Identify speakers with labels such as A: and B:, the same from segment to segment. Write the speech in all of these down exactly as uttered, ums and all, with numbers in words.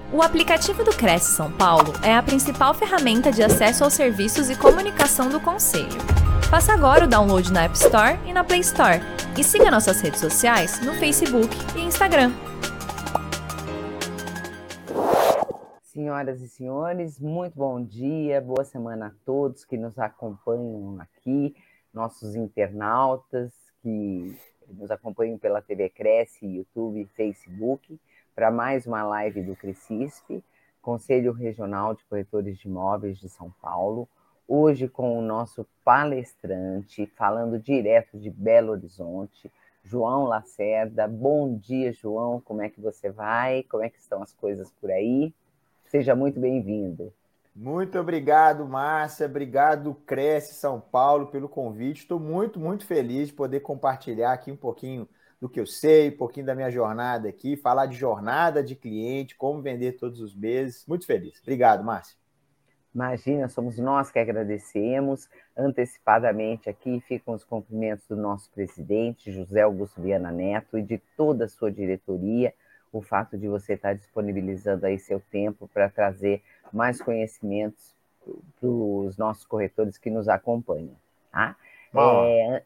A: O aplicativo do Cresce São Paulo é a principal ferramenta de acesso aos serviços e comunicação do Conselho. Faça agora o download na App Store e na Play Store. E siga nossas redes sociais no Facebook e Instagram.
B: Senhoras e senhores, muito bom dia, boa semana a todos que nos acompanham aqui, nossos internautas que nos acompanham pela T V Cresce, YouTube e Facebook, para mais uma live do Crescisp, Conselho Regional de Corretores de Imóveis de São Paulo, hoje com o nosso palestrante, falando direto de Belo Horizonte, João Lacerda. Bom dia, João, como é que você vai? Como é que estão as coisas por aí? Seja muito bem-vindo.
C: Muito obrigado, Márcia. Obrigado, Cresce São Paulo, pelo convite. Estou muito, muito feliz de poder compartilhar aqui um pouquinho do que eu sei, um pouquinho da minha jornada aqui, falar de jornada de cliente, como vender todos os meses. Muito feliz. Obrigado, Márcia.
B: Imagina, somos nós que agradecemos. Antecipadamente aqui ficam os cumprimentos do nosso presidente, José Augusto Viana Neto, e de toda a sua diretoria, o fato de você estar disponibilizando aí seu tempo para trazer mais conhecimentos para os nossos corretores que nos acompanham. Tá? É,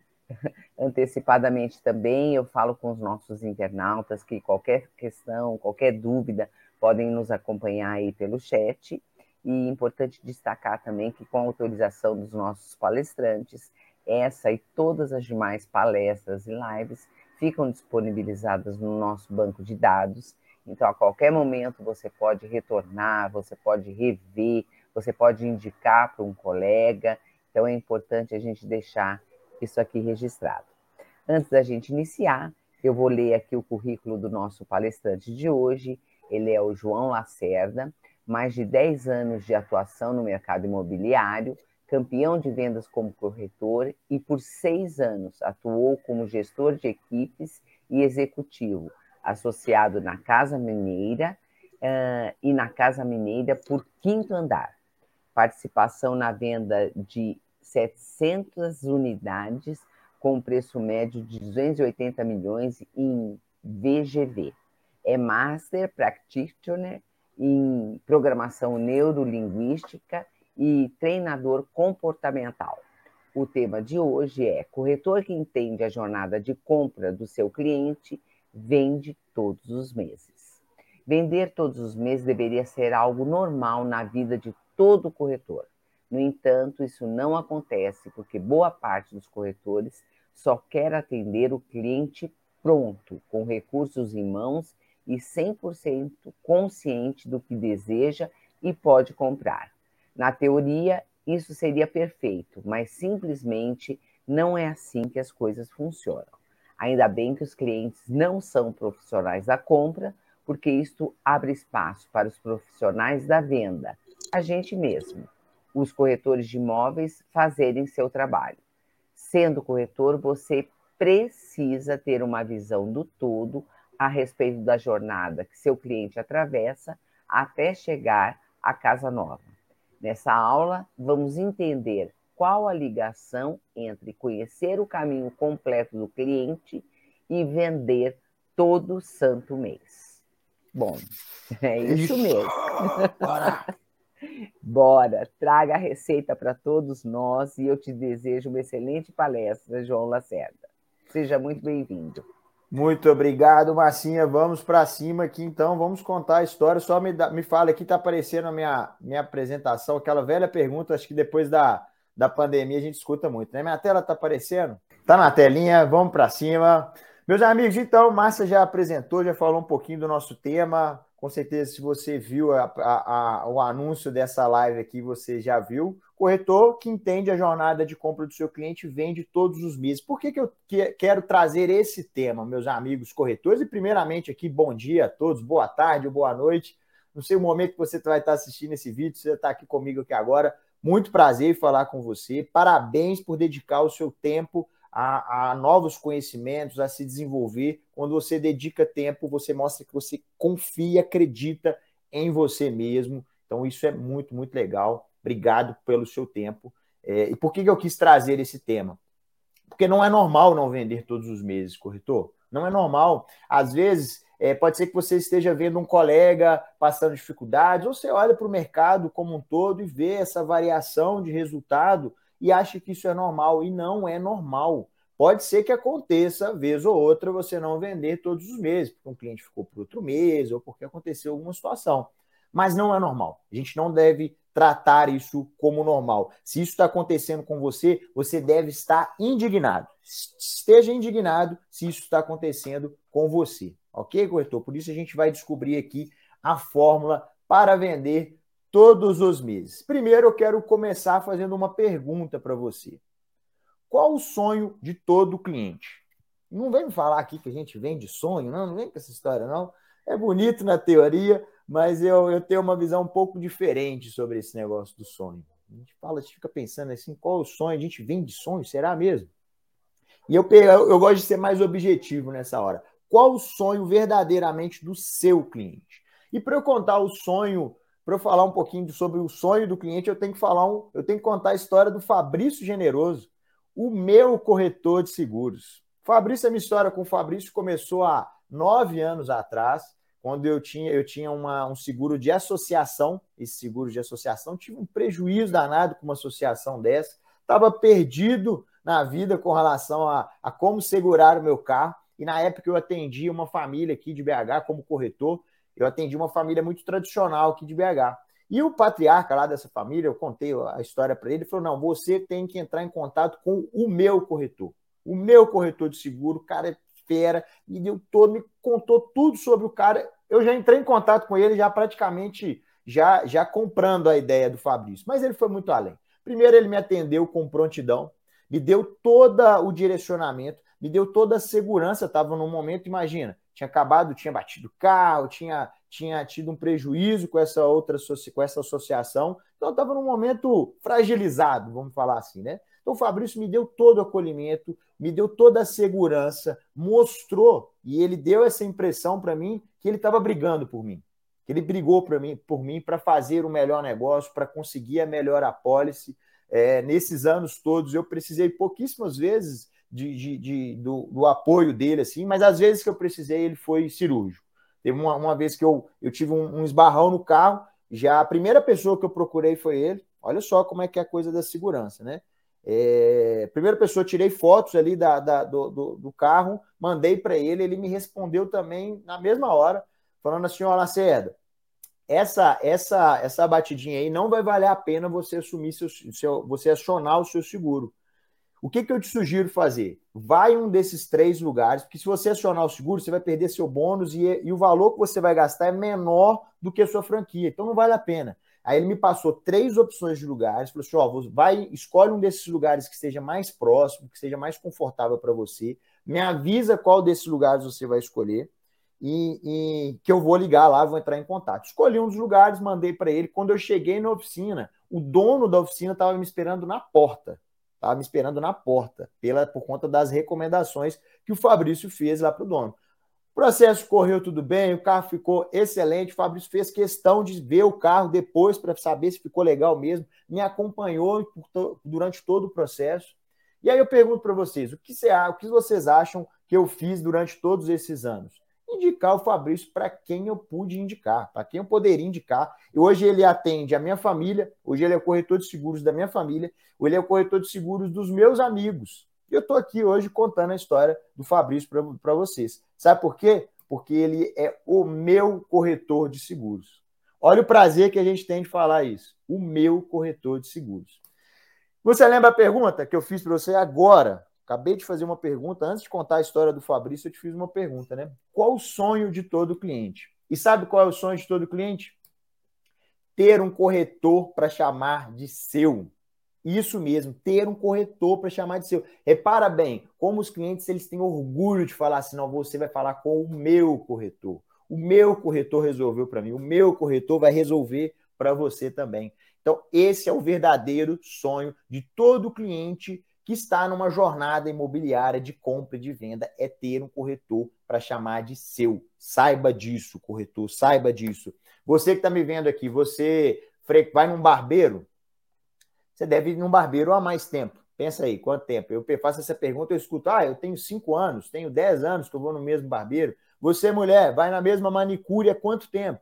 B: antecipadamente também eu falo com os nossos internautas que qualquer questão, qualquer dúvida, podem nos acompanhar aí pelo chat. E é importante destacar também que, com a autorização dos nossos palestrantes, essa e todas as demais palestras e lives ficam disponibilizadas no nosso banco de dados. Então, a qualquer momento, você pode retornar, você pode rever, você pode indicar para um colega. Então, é importante a gente deixar isso aqui registrado. Antes da gente iniciar, eu vou ler aqui o currículo do nosso palestrante de hoje. Ele é o João Lacerda, mais de dez anos de atuação no mercado imobiliário, campeão de vendas como corretor e por seis anos atuou como gestor de equipes e executivo, associado na Casa Mineira uh, e na Casa Mineira por Quinto Andar. Participação na venda de setecentas unidades com preço médio de duzentos e oitenta milhões em V G V. É Master Practitioner em programação neurolinguística e treinador comportamental. O tema de hoje é: corretor que entende a jornada de compra do seu cliente vende todos os meses. Vender todos os meses deveria ser algo normal na vida de todo corretor. No entanto, isso não acontece porque boa parte dos corretores só quer atender o cliente pronto, com recursos em mãos e cem por cento consciente do que deseja e pode comprar. Na teoria, isso seria perfeito, mas simplesmente não é assim que as coisas funcionam. Ainda bem que os clientes não são profissionais da compra, porque isto abre espaço para os profissionais da venda, a gente mesmo, os corretores de imóveis, fazerem seu trabalho. Sendo corretor, você precisa ter uma visão do todo a respeito da jornada que seu cliente atravessa até chegar à casa nova. Nessa aula, vamos entender qual a ligação entre conhecer o caminho completo do cliente e vender todo santo mês. Bom, é isso, isso. mesmo.
C: Bora!
B: Bora, traga a receita para todos nós e eu te desejo uma excelente palestra, João Lacerda. Seja muito bem-vindo.
C: Muito obrigado, Marcinha. Vamos para cima aqui, então. Vamos contar a história. Só me, me fala aqui, está aparecendo a minha, minha apresentação, aquela velha pergunta, acho que depois da, da pandemia a gente escuta muito, né? Minha tela está aparecendo? Está na telinha, vamos para cima. Meus amigos, então, Márcia já apresentou, já falou um pouquinho do nosso tema. Com certeza, se você viu a, a, a, o anúncio dessa live aqui, você já viu. Corretor que entende a jornada de compra do seu cliente vende todos os meses. Por que, que eu que, quero trazer esse tema, meus amigos corretores? E primeiramente aqui, bom dia a todos, boa tarde ou boa noite. Não sei o momento que você vai estar assistindo esse vídeo, você está aqui comigo aqui agora. Muito prazer em falar com você. Parabéns por dedicar o seu tempo a, a novos conhecimentos, a se desenvolver. Quando você dedica tempo, você mostra que você confia e acredita em você mesmo. Então isso é muito, muito legal. Obrigado pelo seu tempo. É, e por que eu quis trazer esse tema? Porque não é normal não vender todos os meses, corretor. Não é normal. Às vezes, É, pode ser que você esteja vendo um colega passando dificuldades, ou você olha para o mercado como um todo e vê essa variação de resultado e acha que isso é normal, e não é normal. Pode ser que aconteça, vez ou outra, você não vender todos os meses, porque um cliente ficou por outro mês ou porque aconteceu alguma situação. Mas não é normal. A gente não deve tratar isso como normal. Se isso está acontecendo com você, você deve estar indignado. Esteja indignado se isso está acontecendo com você. Ok, corretor? Por isso a gente vai descobrir aqui a fórmula para vender todos os meses. Primeiro, eu quero começar fazendo uma pergunta para você. Qual o sonho de todo cliente? Não vem me falar aqui que a gente vende sonho, não, não vem com essa história, não. É bonito na teoria, mas eu, eu tenho uma visão um pouco diferente sobre esse negócio do sonho. A gente fala, a gente fica pensando assim, qual é o sonho? A gente vende sonho, será mesmo? E eu, eu, eu gosto de ser mais objetivo nessa hora. Qual o sonho verdadeiramente do seu cliente? E para eu contar o sonho, para eu falar um pouquinho sobre o sonho do cliente, eu tenho que falar um, eu tenho que contar a história do Fabrício Generoso, o meu corretor de seguros. Fabrício, a minha história com o Fabrício começou há nove anos atrás, quando eu tinha, eu tinha uma, um seguro de associação. Esse seguro de associação, tive um prejuízo danado com uma associação dessa, estava perdido na vida com relação a, a como segurar o meu carro, e na época eu atendi uma família aqui de B H como corretor, eu atendi uma família muito tradicional aqui de B H. E o patriarca lá dessa família, eu contei a história para ele, ele falou, não, você tem que entrar em contato com o meu corretor. O meu corretor de seguro, o cara é fera, me deu todo, me contou tudo sobre o cara. Eu já entrei em contato com ele, já praticamente, já, já comprando a ideia do Fabrício. Mas ele foi muito além. Primeiro, ele me atendeu com prontidão, me deu todo o direcionamento, me deu toda a segurança. Estava num momento, imagina, tinha acabado, tinha batido o carro, tinha... tinha tido um prejuízo com essa outra com essa associação, então estava num momento fragilizado, vamos falar assim, né? Então o Fabrício me deu todo o acolhimento, me deu toda a segurança, mostrou, e ele deu essa impressão para mim que ele estava brigando por mim, que ele brigou por mim por mim para fazer o melhor negócio, para conseguir a melhor apólice. É, nesses anos todos eu precisei pouquíssimas vezes de, de, de, do, do apoio dele, assim, mas às vezes que eu precisei ele foi cirúrgico. Teve uma, uma vez que eu, eu tive um, um esbarrão no carro, já a primeira pessoa que eu procurei foi ele. Olha só como é que é a coisa da segurança, né? É, primeira pessoa, tirei fotos ali da, da, do, do, do carro, mandei para ele, ele me respondeu também na mesma hora, falando assim, ó, Lacerda, essa, essa, essa batidinha aí não vai valer a pena você assumir seu, seu, você acionar o seu seguro. O que, que eu te sugiro fazer? Vai em um desses três lugares, porque se você acionar o seguro, você vai perder seu bônus e, e o valor que você vai gastar é menor do que a sua franquia, então não vale a pena. Aí ele me passou três opções de lugares, falou assim, ó, vai, escolhe um desses lugares que esteja mais próximo, que seja mais confortável para você, me avisa qual desses lugares você vai escolher e, e que eu vou ligar lá, vou entrar em contato. Escolhi um dos lugares, mandei para ele. Quando eu cheguei na oficina, o dono da oficina estava me esperando na porta. Estava me esperando na porta, pela, por conta das recomendações que o Fabrício fez lá para o dono. O processo correu tudo bem, o carro ficou excelente, o Fabrício fez questão de ver o carro depois para saber se ficou legal mesmo, me acompanhou durante todo o processo. E aí eu pergunto para vocês, o que, você, o que vocês acham que eu fiz durante todos esses anos? Indicar o Fabrício para quem eu pude indicar, para quem eu poderia indicar. E hoje ele atende a minha família, hoje ele é o corretor de seguros da minha família, hoje ele é o corretor de seguros dos meus amigos. E eu estou aqui hoje contando a história do Fabrício para vocês. Sabe por quê? Porque ele é o meu corretor de seguros. Olha o prazer que a gente tem de falar isso. O meu corretor de seguros. Você lembra a pergunta que eu fiz para você agora? Acabei de fazer uma pergunta, antes de contar a história do Fabrício, eu te fiz uma pergunta, né? Qual o sonho de todo cliente? E sabe qual é o sonho de todo cliente? Ter um corretor para chamar de seu. Isso mesmo, ter um corretor para chamar de seu. Repara bem, como os clientes eles têm orgulho de falar assim, não, você vai falar com o meu corretor. O meu corretor resolveu para mim, o meu corretor vai resolver para você também. Então, esse é o verdadeiro sonho de todo cliente que está numa jornada imobiliária de compra e de venda, é ter um corretor para chamar de seu. Saiba disso, corretor, saiba disso. Você que está me vendo aqui, você vai num barbeiro? Você deve ir num barbeiro há mais tempo. Pensa aí, quanto tempo? Eu faço essa pergunta, eu escuto, ah, eu tenho cinco anos, tenho dez anos que eu vou no mesmo barbeiro. Você, mulher, vai na mesma manicure há quanto tempo?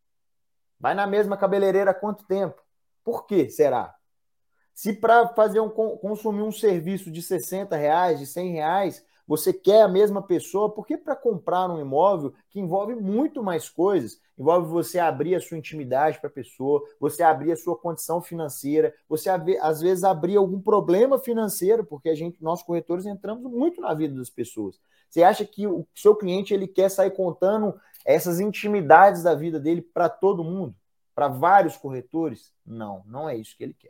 C: Vai na mesma cabeleireira há quanto tempo? Por que será? Se para fazer um, consumir um serviço de sessenta reais, de cem reais, você quer a mesma pessoa, por que para comprar um imóvel que envolve muito mais coisas? Envolve você abrir a sua intimidade para a pessoa, você abrir a sua condição financeira, você às vezes abrir algum problema financeiro, porque a gente, nós corretores entramos muito na vida das pessoas. Você acha que o seu cliente ele quer sair contando essas intimidades da vida dele para todo mundo? Para vários corretores? Não, não é isso que ele quer.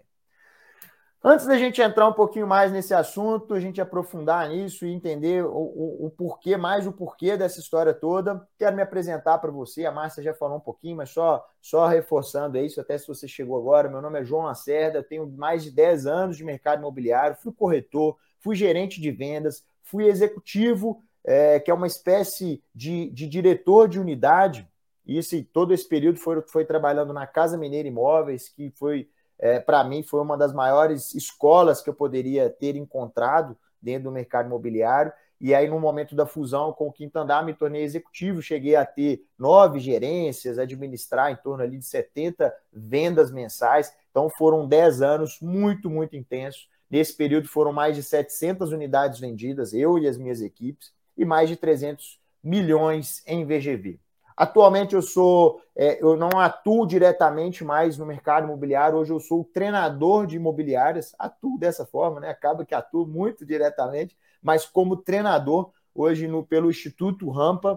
C: Antes da gente entrar um pouquinho mais nesse assunto, a gente aprofundar nisso e entender o, o, o porquê, mais o porquê dessa história toda, quero me apresentar para você. A Márcia já falou um pouquinho, mas só, só reforçando isso, até se você chegou agora. Meu nome é João Lacerda, eu tenho mais de dez anos de mercado imobiliário, fui corretor, fui gerente de vendas, fui executivo, é, que é uma espécie de, de diretor de unidade. E esse, todo esse período foi, foi trabalhando na Casa Mineira Imóveis, que foi... É, para mim, foi uma das maiores escolas que eu poderia ter encontrado dentro do mercado imobiliário. E aí, no momento da fusão com o Quinto Andar, me tornei executivo, cheguei a ter nove gerências, administrar em torno ali de setenta vendas mensais. Então, foram dez anos muito, muito intensos. Nesse período, foram mais de setecentas unidades vendidas, eu e as minhas equipes, e mais de trezentos milhões em V G V. Atualmente eu sou, é, eu não atuo diretamente mais no mercado imobiliário, hoje eu sou o treinador de imobiliárias, atuo dessa forma, né? Acaba que atuo muito diretamente, mas como treinador, hoje no, pelo Instituto Rampa,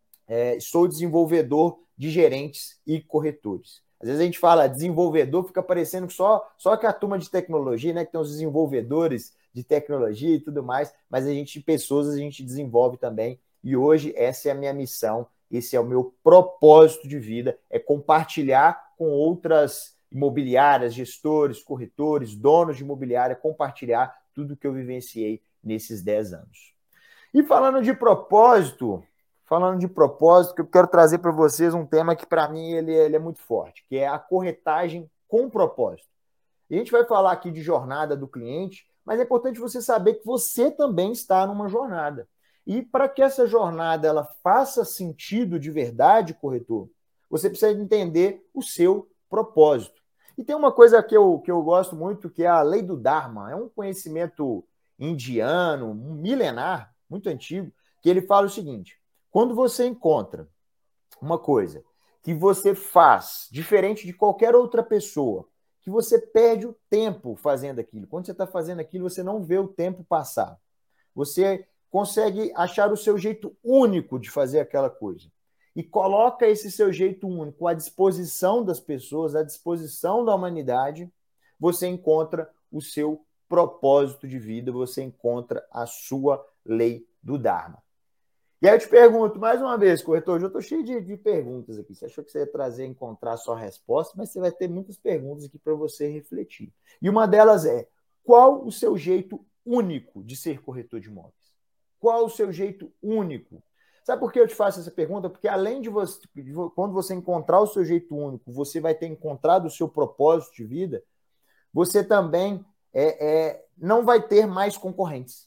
C: é, sou desenvolvedor de gerentes e corretores. Às vezes a gente fala desenvolvedor, fica parecendo que só, só que a turma de tecnologia, né? Que tem os desenvolvedores de tecnologia e tudo mais, mas a gente, pessoas, a gente desenvolve também, e hoje essa é a minha missão. Esse é o meu propósito de vida, é compartilhar com outras imobiliárias, gestores, corretores, donos de imobiliária, compartilhar tudo que eu vivenciei nesses dez anos. E falando de propósito, falando de propósito, que eu quero trazer para vocês um tema que para mim ele, ele é muito forte, que é a corretagem com propósito. A gente vai falar aqui de jornada do cliente, mas é importante você saber que você também está numa jornada. E para que essa jornada ela faça sentido de verdade, corretor, você precisa entender o seu propósito. E tem uma coisa que eu, que eu gosto muito, que é a lei do Dharma. É um conhecimento indiano, milenar, muito antigo, que ele fala o seguinte: quando você encontra uma coisa que você faz diferente de qualquer outra pessoa, que você perde o tempo fazendo aquilo. Quando você está fazendo aquilo, você não vê o tempo passar. Você consegue achar o seu jeito único de fazer aquela coisa. E coloca esse seu jeito único à disposição das pessoas, à disposição da humanidade, você encontra o seu propósito de vida, você encontra a sua lei do Dharma. E aí eu te pergunto, mais uma vez, corretor, hoje eu estou cheio de, de perguntas aqui. Você achou que você ia trazer, encontrar a sua resposta, mas você vai ter muitas perguntas aqui para você refletir. E uma delas é, qual o seu jeito único de ser corretor de imóveis? Qual o seu jeito único? Sabe por que eu te faço essa pergunta? Porque além de você, quando você encontrar o seu jeito único, você vai ter encontrado o seu propósito de vida, você também é, é, não vai ter mais concorrentes.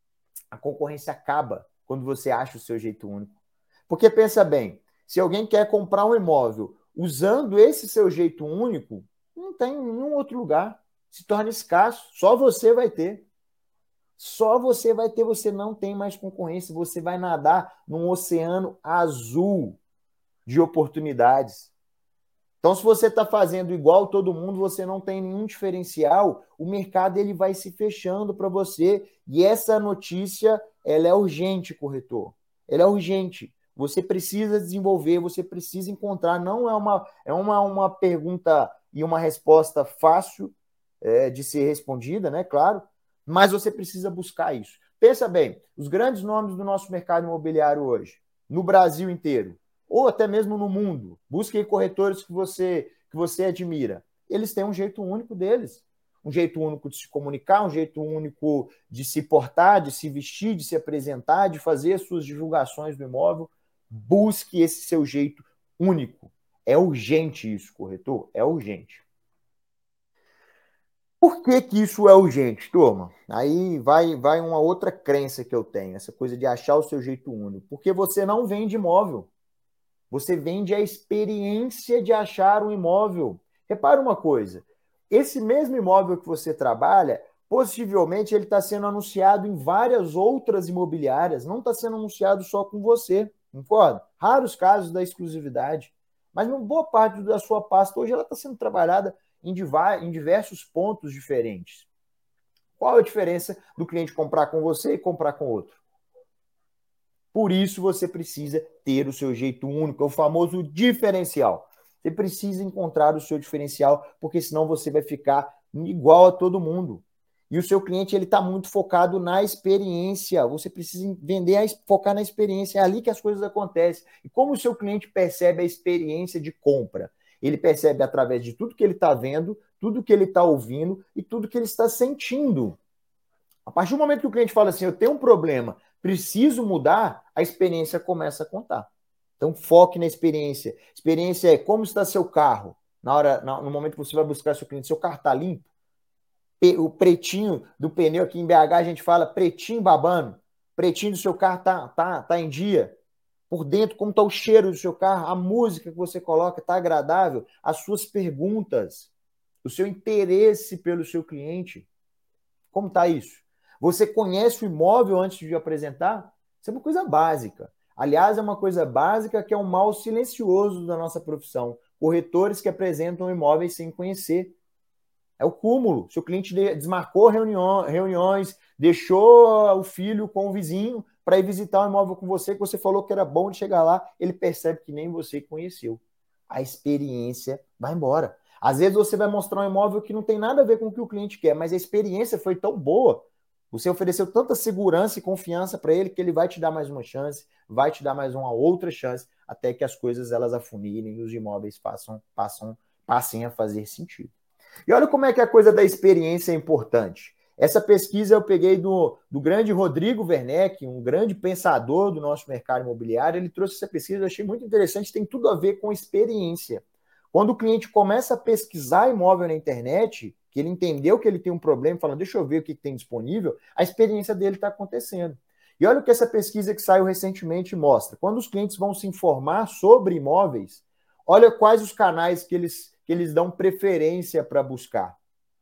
C: A concorrência acaba quando você acha o seu jeito único. Porque pensa bem, se alguém quer comprar um imóvel usando esse seu jeito único, não tem em nenhum outro lugar. Se torna escasso, só você vai ter. Só você vai ter, você não tem mais concorrência, você vai nadar num oceano azul de oportunidades. Então, se você está fazendo igual todo mundo, você não tem nenhum diferencial, o mercado ele vai se fechando para você. E essa notícia, ela é urgente, corretor. Ela é urgente. Você precisa desenvolver, você precisa encontrar. Não é uma, é uma, uma pergunta e uma resposta fácil é, de ser respondida, né? Claro. Mas você precisa buscar isso. Pensa bem, os grandes nomes do nosso mercado imobiliário hoje, no Brasil inteiro, ou até mesmo no mundo, busque corretores que você, que você admira. Eles têm um jeito único deles. Um jeito único de se comunicar, um jeito único de se portar, de se vestir, de se apresentar, de fazer as suas divulgações do imóvel. Busque esse seu jeito único. É urgente isso, corretor? É urgente. Por que que isso é urgente, turma? Aí vai, vai uma outra crença que eu tenho, essa coisa de achar o seu jeito único. Porque você não vende imóvel. Você vende a experiência de achar um imóvel. Repara uma coisa, esse mesmo imóvel que você trabalha, possivelmente ele está sendo anunciado em várias outras imobiliárias, não está sendo anunciado só com você, concorda? Raros casos da exclusividade, mas uma boa parte da sua pasta hoje ela está sendo trabalhada em diversos pontos diferentes. Qual a diferença do cliente comprar com você e comprar com outro? Por isso você precisa ter o seu jeito único, é o famoso diferencial. Você precisa encontrar o seu diferencial, porque senão você vai ficar igual a todo mundo. E o seu cliente ele está muito focado na experiência. Você precisa vender, focar na experiência. É ali que as coisas acontecem. E como o seu cliente percebe a experiência de compra? Ele percebe através de tudo que ele está vendo, tudo que ele está ouvindo e tudo que ele está sentindo. A partir do momento que o cliente fala assim, eu tenho um problema, preciso mudar, a experiência começa a contar. Então, foque na experiência. Experiência é como está seu carro. Na hora, no momento que você vai buscar seu cliente, seu carro está limpo? O pretinho do pneu aqui em B H, a gente fala pretinho babando. Pretinho do seu carro está tá, tá em dia. Por dentro, como está o cheiro do seu carro, a música que você coloca está agradável, as suas perguntas, o seu interesse pelo seu cliente. Como está isso? Você conhece o imóvel antes de apresentar? Isso é uma coisa básica. Aliás, é uma coisa básica que é um mal silencioso da nossa profissão. Corretores que apresentam imóveis sem conhecer. É o cúmulo. Se o cliente desmarcou reuniões, deixou o filho com o vizinho para ir visitar o imóvel com você, que você falou que era bom de chegar lá, ele percebe que nem você conheceu. A experiência vai embora. Às vezes você vai mostrar um imóvel que não tem nada a ver com o que o cliente quer, mas a experiência foi tão boa, você ofereceu tanta segurança e confiança para ele que ele vai te dar mais uma chance, vai te dar mais uma outra chance, até que as coisas elas afunilem e os imóveis passam, passam, passem a fazer sentido. E olha como é que a coisa da experiência é importante. Essa pesquisa eu peguei do, do grande Rodrigo Werneck, um grande pensador do nosso mercado imobiliário. Ele trouxe essa pesquisa, eu achei muito interessante, tem tudo a ver com experiência. Quando o cliente começa a pesquisar imóvel na internet, que ele entendeu que ele tem um problema, falando, deixa eu ver o que tem disponível, a experiência dele está acontecendo. E olha o que essa pesquisa que saiu recentemente mostra. Quando os clientes vão se informar sobre imóveis, olha quais os canais que eles, que eles dão preferência para buscar.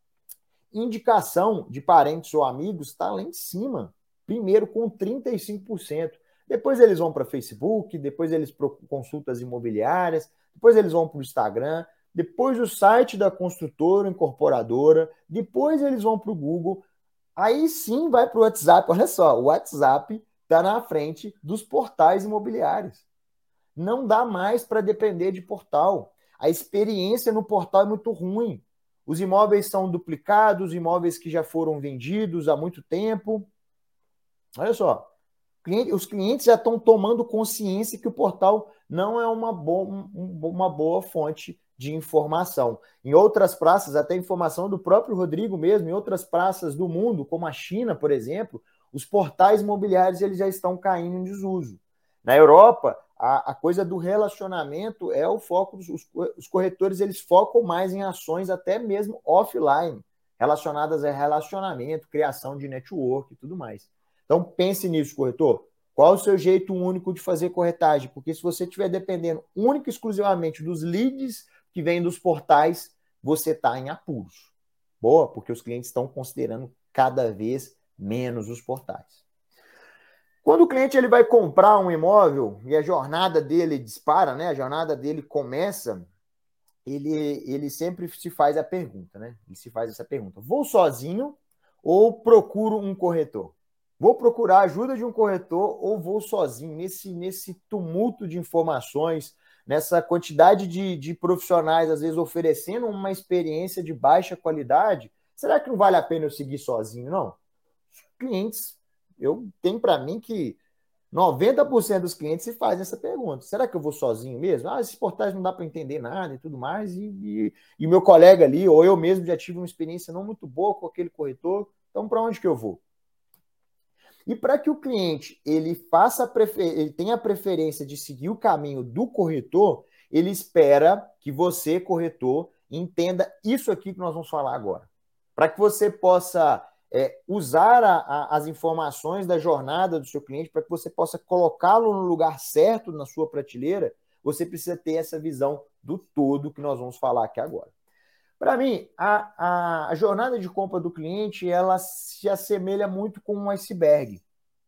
C: Indicação de parentes ou amigos está lá em cima. Primeiro com trinta e cinco por cento. Depois eles vão para Facebook, depois eles para consultas imobiliárias, depois eles vão para o Instagram, depois o site da construtora, incorporadora, depois eles vão para o Google, aí sim vai para o WhatsApp. Olha só, o WhatsApp está na frente dos portais imobiliários. Não dá mais para depender de portal. A experiência no portal é muito ruim. Os imóveis são duplicados, imóveis que já foram vendidos há muito tempo. Olha só, os clientes já estão tomando consciência que o portal não é uma boa, uma boa fonte de informação. Em outras praças, até informação do próprio Rodrigo mesmo, em outras praças do mundo, como a China, por exemplo, os portais imobiliários eles já estão caindo em desuso. Na Europa, a, a coisa do relacionamento é o foco, dos, os, os corretores eles focam mais em ações até mesmo offline, relacionadas a relacionamento, criação de network e tudo mais. Então pense nisso, corretor. Qual o seu jeito único de fazer corretagem? Porque se você estiver dependendo única e exclusivamente dos leads que vêm dos portais, você está em apuros. Boa, porque os clientes estão considerando cada vez menos os portais. Quando o cliente ele vai comprar um imóvel e a jornada dele dispara, né? A jornada dele começa, ele, ele sempre se faz a pergunta, né? Ele se faz essa pergunta: vou sozinho ou procuro um corretor? Vou procurar a ajuda de um corretor ou vou sozinho? Nesse, nesse tumulto de informações, nessa quantidade de, de profissionais, às vezes, oferecendo uma experiência de baixa qualidade, será que não vale a pena eu seguir sozinho, não? Os clientes, eu tenho para mim que noventa por cento dos clientes se fazem essa pergunta. Será que eu vou sozinho mesmo? Ah, esses portais não dá para entender nada e tudo mais. E, e, e meu colega ali, ou eu mesmo já tive uma experiência não muito boa com aquele corretor, então para onde que eu vou? E para que o cliente ele faça prefer... ele tenha a preferência de seguir o caminho do corretor, ele espera que você, corretor, entenda isso aqui que nós vamos falar agora. para que você possa é, usar a, a, as informações da jornada do seu cliente, para que você possa colocá-lo no lugar certo na sua prateleira, você precisa ter essa visão do todo que nós vamos falar aqui agora. Para mim, a, a, a jornada de compra do cliente, ela se assemelha muito com um iceberg.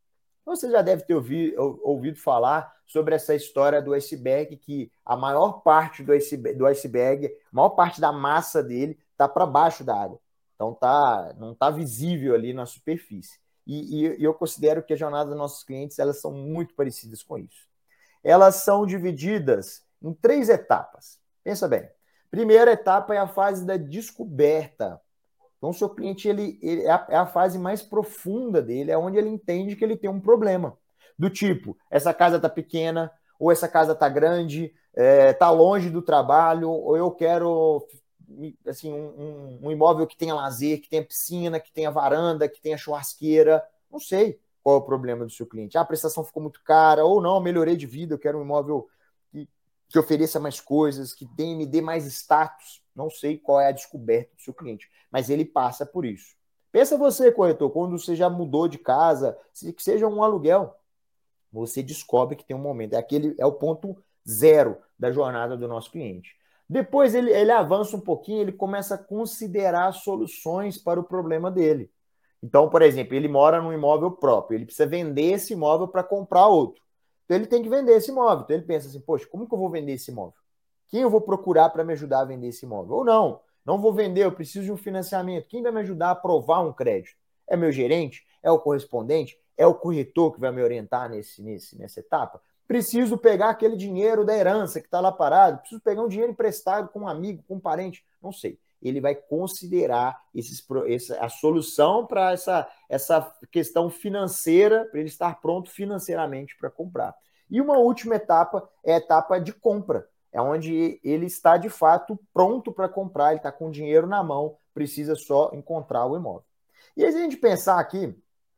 C: Você já deve ter ouvido, ouvido falar sobre essa história do iceberg, que a maior parte do iceberg, do iceberg a maior parte da massa dele está para baixo da água. Então tá, não está visível ali na superfície. E, e, e eu considero que a jornada dos nossos clientes, elas são muito parecidas com isso. Elas são divididas em três etapas. Pensa bem. Primeira etapa é a fase da descoberta. Então, o seu cliente ele, ele é, a, é a fase mais profunda dele, é onde ele entende que ele tem um problema. Do tipo, essa casa está pequena, ou essa casa está grande, está é, longe do trabalho, ou eu quero assim, um, um imóvel que tenha lazer, que tenha piscina, que tenha varanda, que tenha churrasqueira. Não sei qual é o problema do seu cliente. Ah, a prestação ficou muito cara, ou não, melhorei de vida, eu quero um imóvel que, que ofereça mais coisas, que dê, me dê mais status. Não sei qual é a descoberta do seu cliente, mas ele passa por isso. Pensa você, corretor, quando você já mudou de casa, que seja um aluguel, você descobre que tem um momento. É, aquele, é o ponto zero da jornada do nosso cliente. Depois ele, ele avança um pouquinho, ele começa a considerar soluções para o problema dele. Então, por exemplo, ele mora num imóvel próprio, ele precisa vender esse imóvel para comprar outro. Então ele tem que vender esse imóvel. Então ele pensa assim, poxa, como que eu vou vender esse imóvel? Quem eu vou procurar para me ajudar a vender esse imóvel? Ou não, não vou vender, eu preciso de um financiamento. Quem vai me ajudar a aprovar um crédito? É meu gerente? É o correspondente? É o corretor que vai me orientar nesse, nesse, nessa etapa? Preciso pegar aquele dinheiro da herança que está lá parado, preciso pegar um dinheiro emprestado com um amigo, com um parente, não sei. Ele vai considerar esses, essa, a solução para essa, essa questão financeira, para ele estar pronto financeiramente para comprar. E uma última etapa é a etapa de compra, é onde ele está de fato pronto para comprar, ele está com o dinheiro na mão, precisa só encontrar o imóvel. E aí, se a gente pensar aqui,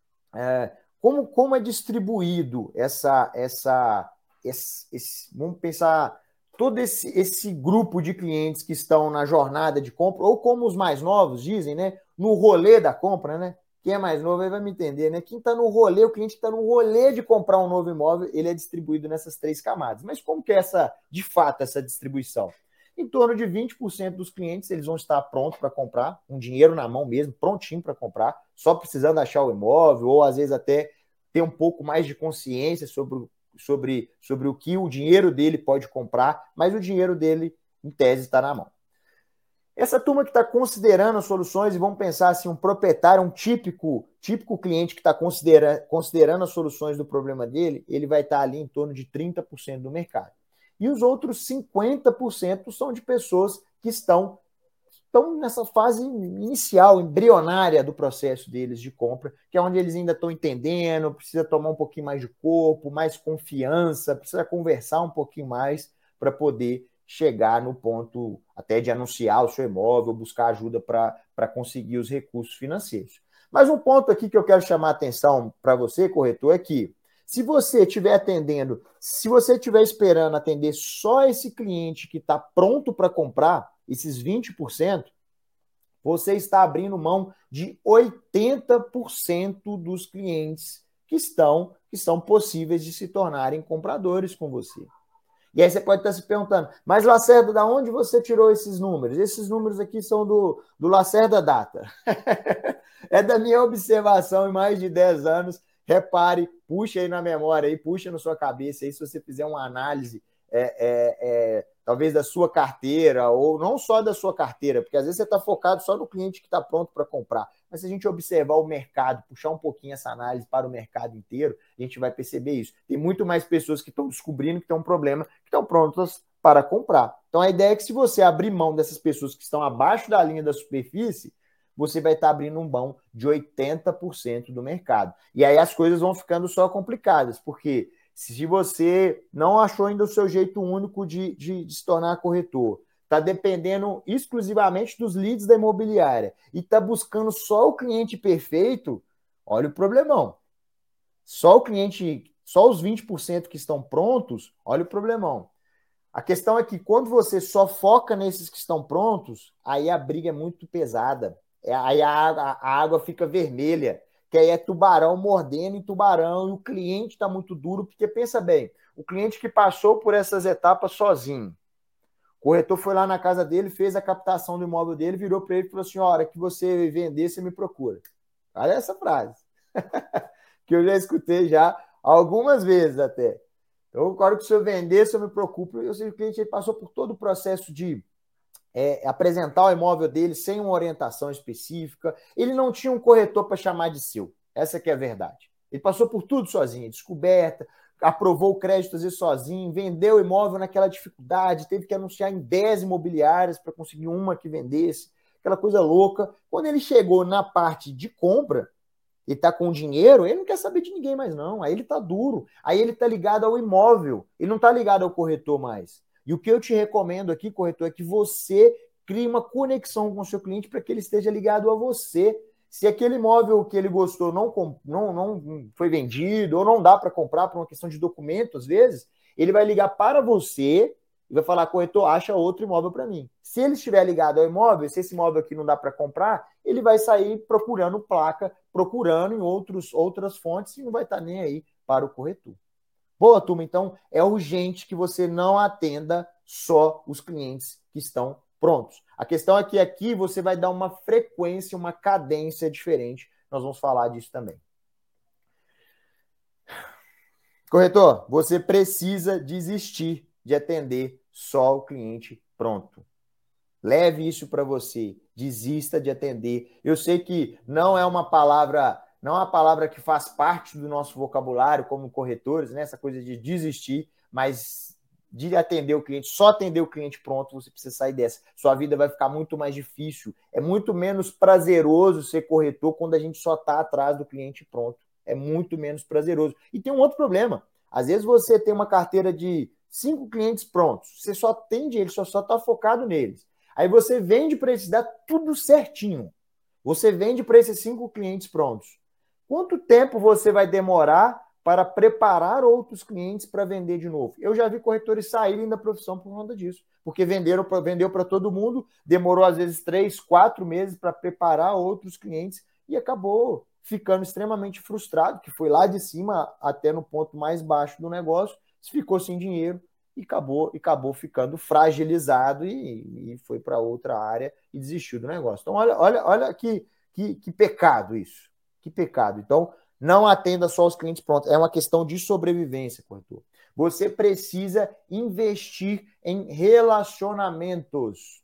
C: é, como, como é distribuído essa, essa esse, esse, vamos pensar, todo esse, esse grupo de clientes que estão na jornada de compra, ou como os mais novos dizem, né, no rolê da compra, né? Quem é mais novo aí vai me entender, né? Quem está no rolê, o cliente que está no rolê de comprar um novo imóvel, ele é distribuído nessas três camadas. Mas como que é essa, de fato, essa distribuição? Em torno de vinte por cento dos clientes, eles vão estar prontos para comprar, um dinheiro na mão mesmo, prontinho para comprar, só precisando achar o imóvel, ou às vezes até ter um pouco mais de consciência sobre, sobre, sobre o que o dinheiro dele pode comprar, mas o dinheiro dele, em tese, está na mão. Essa turma que está considerando as soluções, e vamos pensar assim, um proprietário, um típico, típico cliente que está considera, considerando as soluções do problema dele, ele vai estar ali em torno de trinta por cento do mercado. E os outros cinquenta por cento são de pessoas que estão, estão nessa fase inicial, embrionária do processo deles de compra, que é onde eles ainda estão entendendo, precisa tomar um pouquinho mais de corpo, mais confiança, precisa conversar um pouquinho mais para poder chegar no ponto até de anunciar o seu imóvel, buscar ajuda para conseguir os recursos financeiros. Mas um ponto aqui que eu quero chamar a atenção para você, corretor, é que se você estiver atendendo, se você estiver esperando atender só esse cliente que está pronto para comprar, esses vinte por cento, você está abrindo mão de oitenta por cento dos clientes que estão, que são possíveis de se tornarem compradores com você. E aí você pode estar se perguntando, mas Lacerda, da onde você tirou esses números? Esses números aqui são do, do Lacerda Data. É da minha observação em mais de dez anos. Repare, puxa aí na memória, aí, puxa na sua cabeça, aí, se você fizer uma análise, é, é, é, talvez da sua carteira, ou não só da sua carteira, porque às vezes você está focado só no cliente que está pronto para comprar. Mas se a gente observar o mercado, puxar um pouquinho essa análise para o mercado inteiro, a gente vai perceber isso. Tem muito mais pessoas que estão descobrindo que tem um problema, que estão prontas para comprar. Então a ideia é que se você abrir mão dessas pessoas que estão abaixo da linha da superfície, você vai estar abrindo um mão de oitenta por cento do mercado. E aí as coisas vão ficando só complicadas, porque se você não achou ainda o seu jeito único de, de, de se tornar corretor, está dependendo exclusivamente dos leads da imobiliária e está buscando só o cliente perfeito, olha o problemão. Só o cliente, só os vinte por cento que estão prontos, olha o problemão. A questão é que quando você só foca nesses que estão prontos, aí a briga é muito pesada. É, aí a água, a água fica vermelha, que aí é tubarão mordendo em tubarão, e o cliente está muito duro, porque pensa bem, o cliente que passou por essas etapas sozinho, o corretor foi lá na casa dele, fez a captação do imóvel dele, virou para ele e falou assim, a hora que você vender, você me procura. Olha essa frase, que eu já escutei já algumas vezes até. Então, na hora que o senhor vender, se eu me preocupo, ou seja, o cliente ele passou por todo o processo de É, apresentar o imóvel dele sem uma orientação específica. Ele não tinha um corretor para chamar de seu. Essa que é a verdade. Ele passou por tudo sozinho, descoberta, aprovou o crédito às vezes sozinho, vendeu o imóvel naquela dificuldade, teve que anunciar em dez imobiliárias para conseguir uma que vendesse, aquela coisa louca. Quando ele chegou na parte de compra, ele está com dinheiro, ele não quer saber de ninguém mais não. Aí ele está duro, aí ele está ligado ao imóvel, ele não está ligado ao corretor mais. E o que eu te recomendo aqui, corretor, é que você crie uma conexão com o seu cliente para que ele esteja ligado a você. Se aquele imóvel que ele gostou não, não, não foi vendido ou não dá para comprar por uma questão de documento, às vezes, ele vai ligar para você e vai falar, corretor, acha outro imóvel para mim. Se ele estiver ligado ao imóvel, se esse imóvel aqui não dá para comprar, ele vai sair procurando placa, procurando em outros, outras fontes e não vai estar nem aí para o corretor. Boa, turma, então é urgente que você não atenda só os clientes que estão prontos. A questão é que aqui você vai dar uma frequência, uma cadência diferente. Nós vamos falar disso também. Corretor, você precisa desistir de atender só o cliente pronto. Leve isso para você. Desista de atender. Eu sei que não é uma palavra... Não é uma palavra que faz parte do nosso vocabulário como corretores, né? Essa coisa de desistir, mas de atender o cliente, só atender o cliente pronto, você precisa sair dessa. Sua vida vai ficar muito mais difícil. É muito menos prazeroso ser corretor quando a gente só está atrás do cliente pronto. É muito menos prazeroso. E tem um outro problema. Às vezes você tem uma carteira de cinco clientes prontos, você só atende eles, só está focado neles. Aí você vende para eles, dá tudo certinho. Você vende para esses cinco clientes prontos. Quanto tempo você vai demorar para preparar outros clientes para vender de novo? Eu já vi corretores saírem da profissão por conta disso, porque venderam, vendeu para todo mundo, demorou às vezes três, quatro meses para preparar outros clientes e acabou ficando extremamente frustrado, que foi lá de cima até no ponto mais baixo do negócio, ficou sem dinheiro e acabou, e acabou ficando fragilizado e, e foi para outra área e desistiu do negócio. Então, olha, olha, olha que, que, que pecado isso. Que pecado. Então, não atenda só os clientes prontos. É uma questão de sobrevivência, corretor. Você precisa investir em relacionamentos.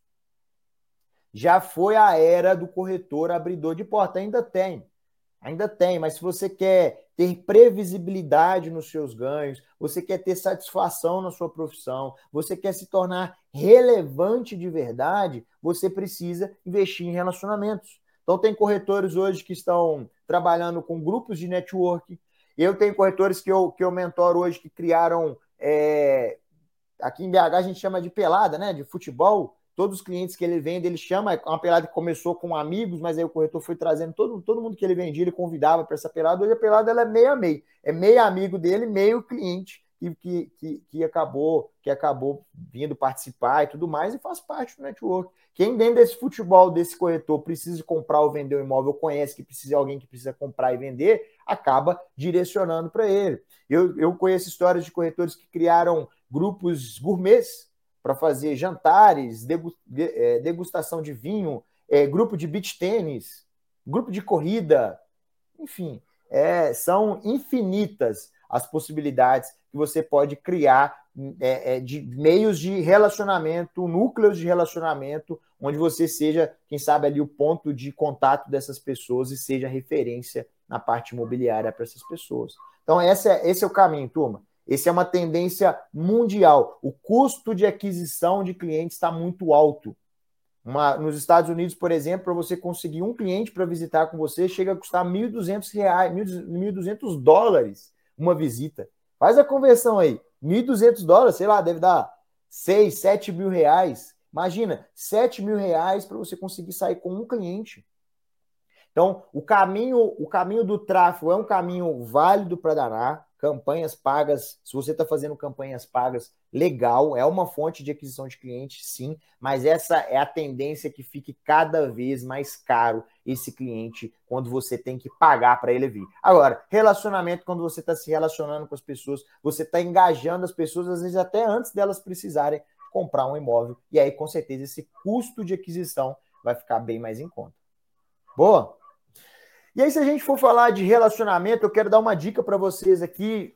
C: Já foi a era do corretor abridor de porta. Ainda tem. Ainda tem. Mas se você quer ter previsibilidade nos seus ganhos, você quer ter satisfação na sua profissão, você quer se tornar relevante de verdade, você precisa investir em relacionamentos. Então, tem corretores hoje que estão trabalhando com grupos de network. Eu tenho corretores que eu, que eu mentoro hoje que criaram... É, aqui em B H a gente chama de pelada, né? De futebol. Todos os clientes que ele vende, ele chama... É uma pelada que começou com amigos, mas aí o corretor foi trazendo todo, todo mundo que ele vendia, ele convidava para essa pelada. Hoje a pelada ela é meio a meio. É meio amigo dele, meio cliente que, que, que, que, acabou, que acabou vindo participar e tudo mais e faz parte do network. Quem dentro desse futebol, desse corretor, precisa comprar ou vender um imóvel, conhece que precisa de alguém que precisa comprar e vender, acaba direcionando para ele. Eu, eu conheço histórias de corretores que criaram grupos gourmets para fazer jantares, degustação de vinho, é, grupo de beach tênis, grupo de corrida, enfim, é, são infinitas as possibilidades que você pode criar é, é, de meios de relacionamento, núcleos de relacionamento, onde você seja, quem sabe, ali o ponto de contato dessas pessoas e seja referência na parte imobiliária para essas pessoas. Então, esse é, esse é o caminho, turma. Essa é uma tendência mundial. O custo de aquisição de clientes está muito alto. Uma, nos Estados Unidos, por exemplo, para você conseguir um cliente para visitar com você, chega a custar mil e duzentos reais, mil e duzentos dólares uma visita. Faz a conversão aí. mil e duzentos dólares, sei lá, deve dar seis, sete mil reais. Imagina, sete mil reais para você conseguir sair com um cliente. Então, o caminho, o caminho do tráfego é um caminho válido para danar. campanhas pagas, se você está fazendo campanhas pagas, legal, é uma fonte de aquisição de cliente, sim, mas essa é a tendência que fique cada vez mais caro esse cliente quando você tem que pagar para ele vir. Agora, relacionamento, quando você está se relacionando com as pessoas, você está engajando as pessoas, às vezes até antes delas precisarem comprar um imóvel, e aí com certeza esse custo de aquisição vai ficar bem mais em conta. Boa? E aí, se a gente for falar de relacionamento, eu quero dar uma dica para vocês aqui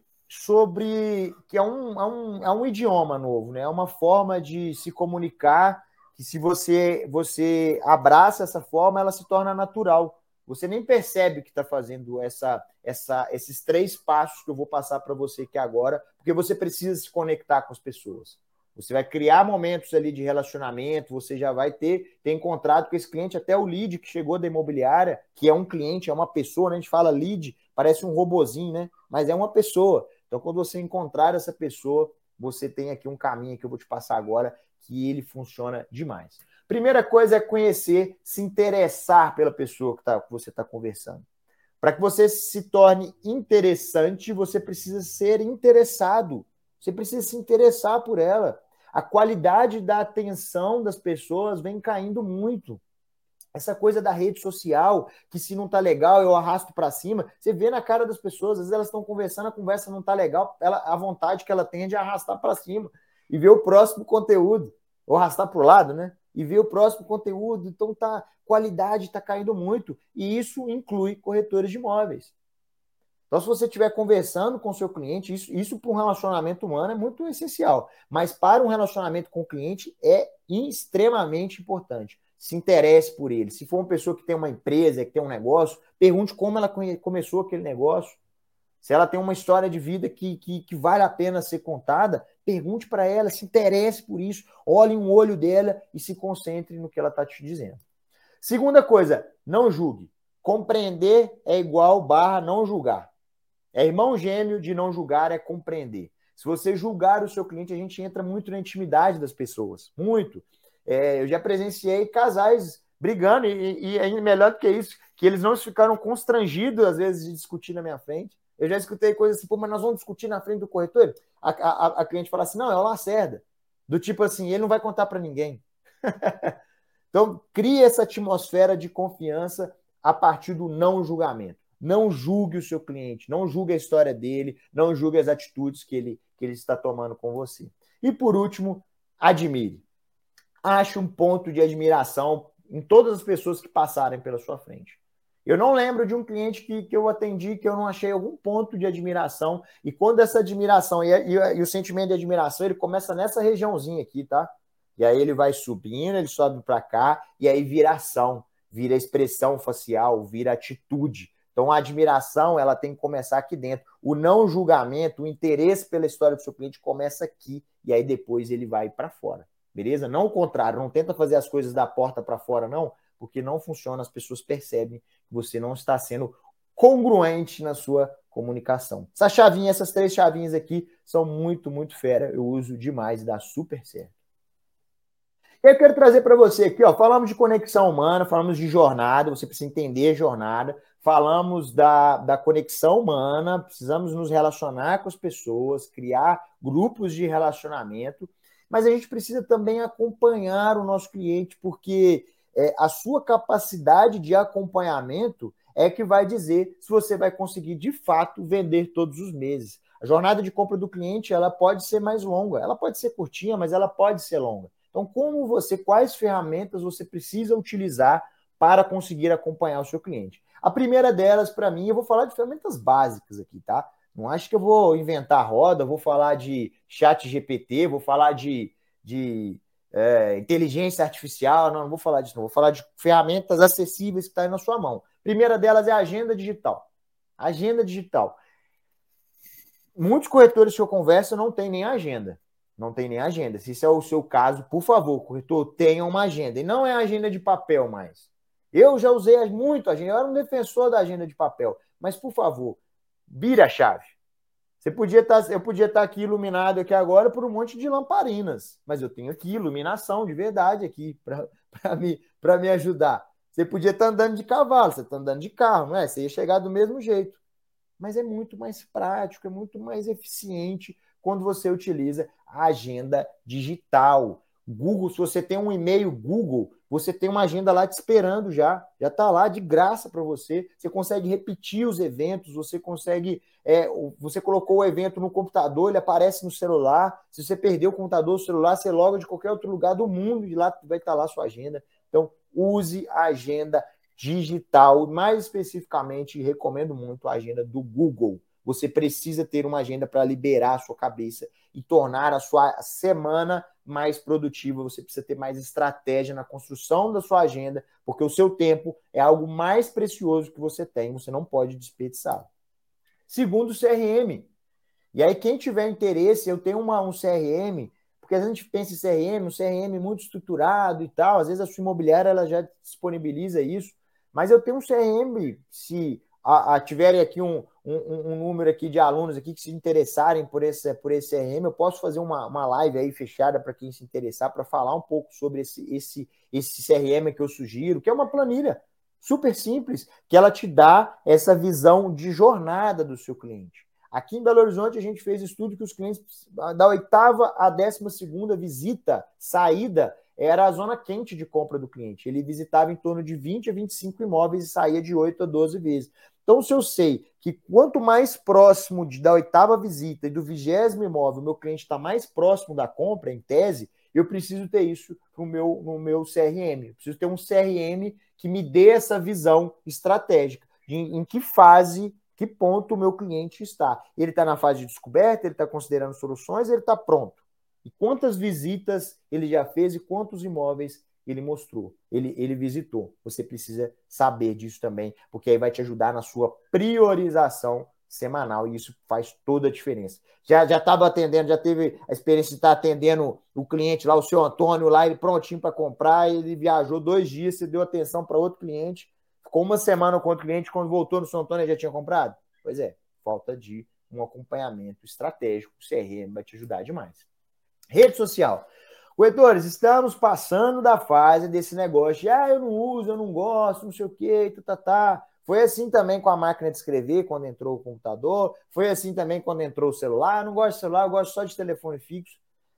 C: sobre que é um, é, um, é um idioma novo, né? É uma forma de se comunicar que, se você, você abraça essa forma, ela se torna natural. Você nem percebe que está fazendo essa, essa, esses três passos que eu vou passar para você aqui agora, porque você precisa se conectar com as pessoas. Você vai criar momentos ali de relacionamento, você já vai ter, ter encontrado com esse cliente, até o lead que chegou da imobiliária, que é um cliente, é uma pessoa, né? A gente fala lead, parece um robozinho, né? Mas é uma pessoa. Então, quando você encontrar essa pessoa, você tem aqui um caminho que eu vou te passar agora, que ele funciona demais. Primeira coisa é conhecer, se interessar pela pessoa que, tá, que você está conversando. Para que você se torne interessante, você precisa ser interessado. Você precisa se interessar por ela. A qualidade da atenção das pessoas vem caindo muito. Essa coisa da rede social, que se não tá legal, eu arrasto para cima. Você vê na cara das pessoas, às vezes elas estão conversando, a conversa não tá legal, ela, a vontade que ela tem é de arrastar para cima e ver o próximo conteúdo. Ou arrastar para o lado, né? E ver o próximo conteúdo. Então, tá, qualidade está caindo muito. E isso inclui corretores de imóveis. Então, se você estiver conversando com o seu cliente, isso, isso para um relacionamento humano é muito essencial. Mas para um relacionamento com o cliente é extremamente importante. Se interesse por ele. Se for uma pessoa que tem uma empresa, que tem um negócio, pergunte como ela começou aquele negócio. Se ela tem uma história de vida que, que, que vale a pena ser contada, pergunte para ela, se interesse por isso, olhe um olho dela e se concentre no que ela está te dizendo. Segunda coisa, não julgue. Compreender é igual barra não julgar. É irmão gêmeo de não julgar é compreender. Se você julgar o seu cliente, a gente entra muito na intimidade das pessoas. Muito. É, eu já presenciei casais brigando, e, e ainda melhor do que isso, que eles não ficaram constrangidos, às vezes, de discutir na minha frente. Eu já escutei coisas assim, pô, mas nós vamos discutir na frente do corretor? A, a, a cliente fala assim, não, é o Lacerda. Do tipo assim, ele não vai contar para ninguém. Então, crie essa atmosfera de confiança a partir do não julgamento. Não julgue o seu cliente, não julgue a história dele, não julgue as atitudes que ele, que ele está tomando com você. E, por último, admire. Ache um ponto de admiração em todas as pessoas que passarem pela sua frente. Eu não lembro de um cliente que, que eu atendi que eu não achei algum ponto de admiração. E quando essa admiração e, e, e o sentimento de admiração, ele começa nessa regiãozinha aqui, tá? E aí ele vai subindo, ele sobe para cá, e aí vira ação, vira expressão facial, vira atitude. Então, a admiração, ela tem que começar aqui dentro. O não julgamento, o interesse pela história do seu cliente começa aqui, e aí depois ele vai para fora, beleza? Não o contrário, não tenta fazer as coisas da porta para fora, não, porque não funciona, as pessoas percebem que você não está sendo congruente na sua comunicação. Essa chavinha, essas três chavinhas aqui são muito, muito fera, eu uso demais e dá super certo. Eu quero trazer para você aqui, ó, falamos de conexão humana, falamos de jornada, você precisa entender a jornada, falamos da, da conexão humana, precisamos nos relacionar com as pessoas, criar grupos de relacionamento, mas a gente precisa também acompanhar o nosso cliente, porque é, a sua capacidade de acompanhamento é que vai dizer se você vai conseguir, de fato, vender todos os meses. A jornada de compra do cliente, ela pode ser mais longa, ela pode ser curtinha, mas ela pode ser longa. Então, como você, quais ferramentas você precisa utilizar para conseguir acompanhar o seu cliente? A primeira delas, para mim, eu vou falar de ferramentas básicas aqui, tá? Não acho que eu vou inventar roda, vou falar de chat G P T, vou falar de, de é, inteligência artificial, não, não vou falar disso, não. Vou falar de ferramentas acessíveis que estão aí na sua mão. A primeira delas é a agenda digital. Agenda digital. Muitos corretores que eu converso não têm nem agenda. Não tem nem agenda. Se isso é o seu caso, por favor, corretor, tenha uma agenda. E não é agenda de papel mais. Eu já usei muito a agenda. Eu era um defensor da agenda de papel. Mas, por favor, vira a chave. Você podia estar, eu podia estar aqui iluminado aqui agora por um monte de lamparinas. Mas eu tenho aqui iluminação de verdade aqui para me, para me ajudar. Você podia estar andando de cavalo, você está andando de carro, não é? Você ia chegar do mesmo jeito. mas é muito mais prático, é muito mais eficiente quando você utiliza a agenda digital. Google, se você tem um e-mail Google, você tem uma agenda lá te esperando já, já está lá de graça para você, você consegue repetir os eventos, você consegue, é, você colocou o evento no computador, ele aparece no celular, se você perdeu o computador, o celular, você loga de qualquer outro lugar do mundo e lá vai estar lá a sua agenda. Então, use a agenda digital, mais especificamente, recomendo muito a agenda do Google. Você precisa ter uma agenda para liberar a sua cabeça e tornar a sua semana mais produtiva. Você precisa ter mais estratégia na construção da sua agenda, porque o seu tempo é algo mais precioso que você tem, você não pode desperdiçar. Segundo, o C R M. E aí, quem tiver interesse, eu tenho uma, um C R M, porque às vezes a gente pensa em C R M, um C R M muito estruturado e tal, às vezes a sua imobiliária ela já disponibiliza isso, mas eu tenho um C R M, se a, a tiverem aqui um, um, um número aqui de alunos aqui que se interessarem por esse, por esse C R M, eu posso fazer uma, uma live aí fechada para quem se interessar, para falar um pouco sobre esse, esse, esse C R M que eu sugiro, que é uma planilha super simples, que ela te dá essa visão de jornada do seu cliente. Aqui em Belo Horizonte, a gente fez estudo que os clientes, da oitava à décima segunda visita, saída, era a zona quente de compra do cliente. Ele visitava em torno de vinte a vinte e cinco imóveis e saía de oito a doze vezes. Então, se eu sei que quanto mais próximo de, da oitava visita e do vigésimo imóvel, o meu cliente está mais próximo da compra, em tese, eu preciso ter isso no meu, no meu C R M. Eu preciso ter um C R M que me dê essa visão estratégica, de, em que fase, que ponto o meu cliente está. Ele está na fase de descoberta, ele está considerando soluções, ele está pronto. E quantas visitas ele já fez e quantos imóveis ele mostrou, ele, ele visitou. Você precisa saber disso também, porque aí vai te ajudar na sua priorização semanal e isso faz toda a diferença. Já já estava atendendo, já teve a experiência de estar atendendo o cliente lá, o seu Antônio lá, ele prontinho para comprar, ele viajou dois dias, você deu atenção para outro cliente, ficou uma semana com o cliente, quando voltou no seu Antônio ele já tinha comprado? Pois é, falta de um acompanhamento estratégico, o C R M vai te ajudar demais. Rede social. Corretores, estamos passando da fase desse negócio de, ah, eu não uso, eu não gosto, não sei o quê, tá, tá, tá. Foi assim também com a máquina de escrever, quando entrou o computador, foi assim também quando entrou o celular, eu não gosto de celular, eu gosto só de telefone fixo.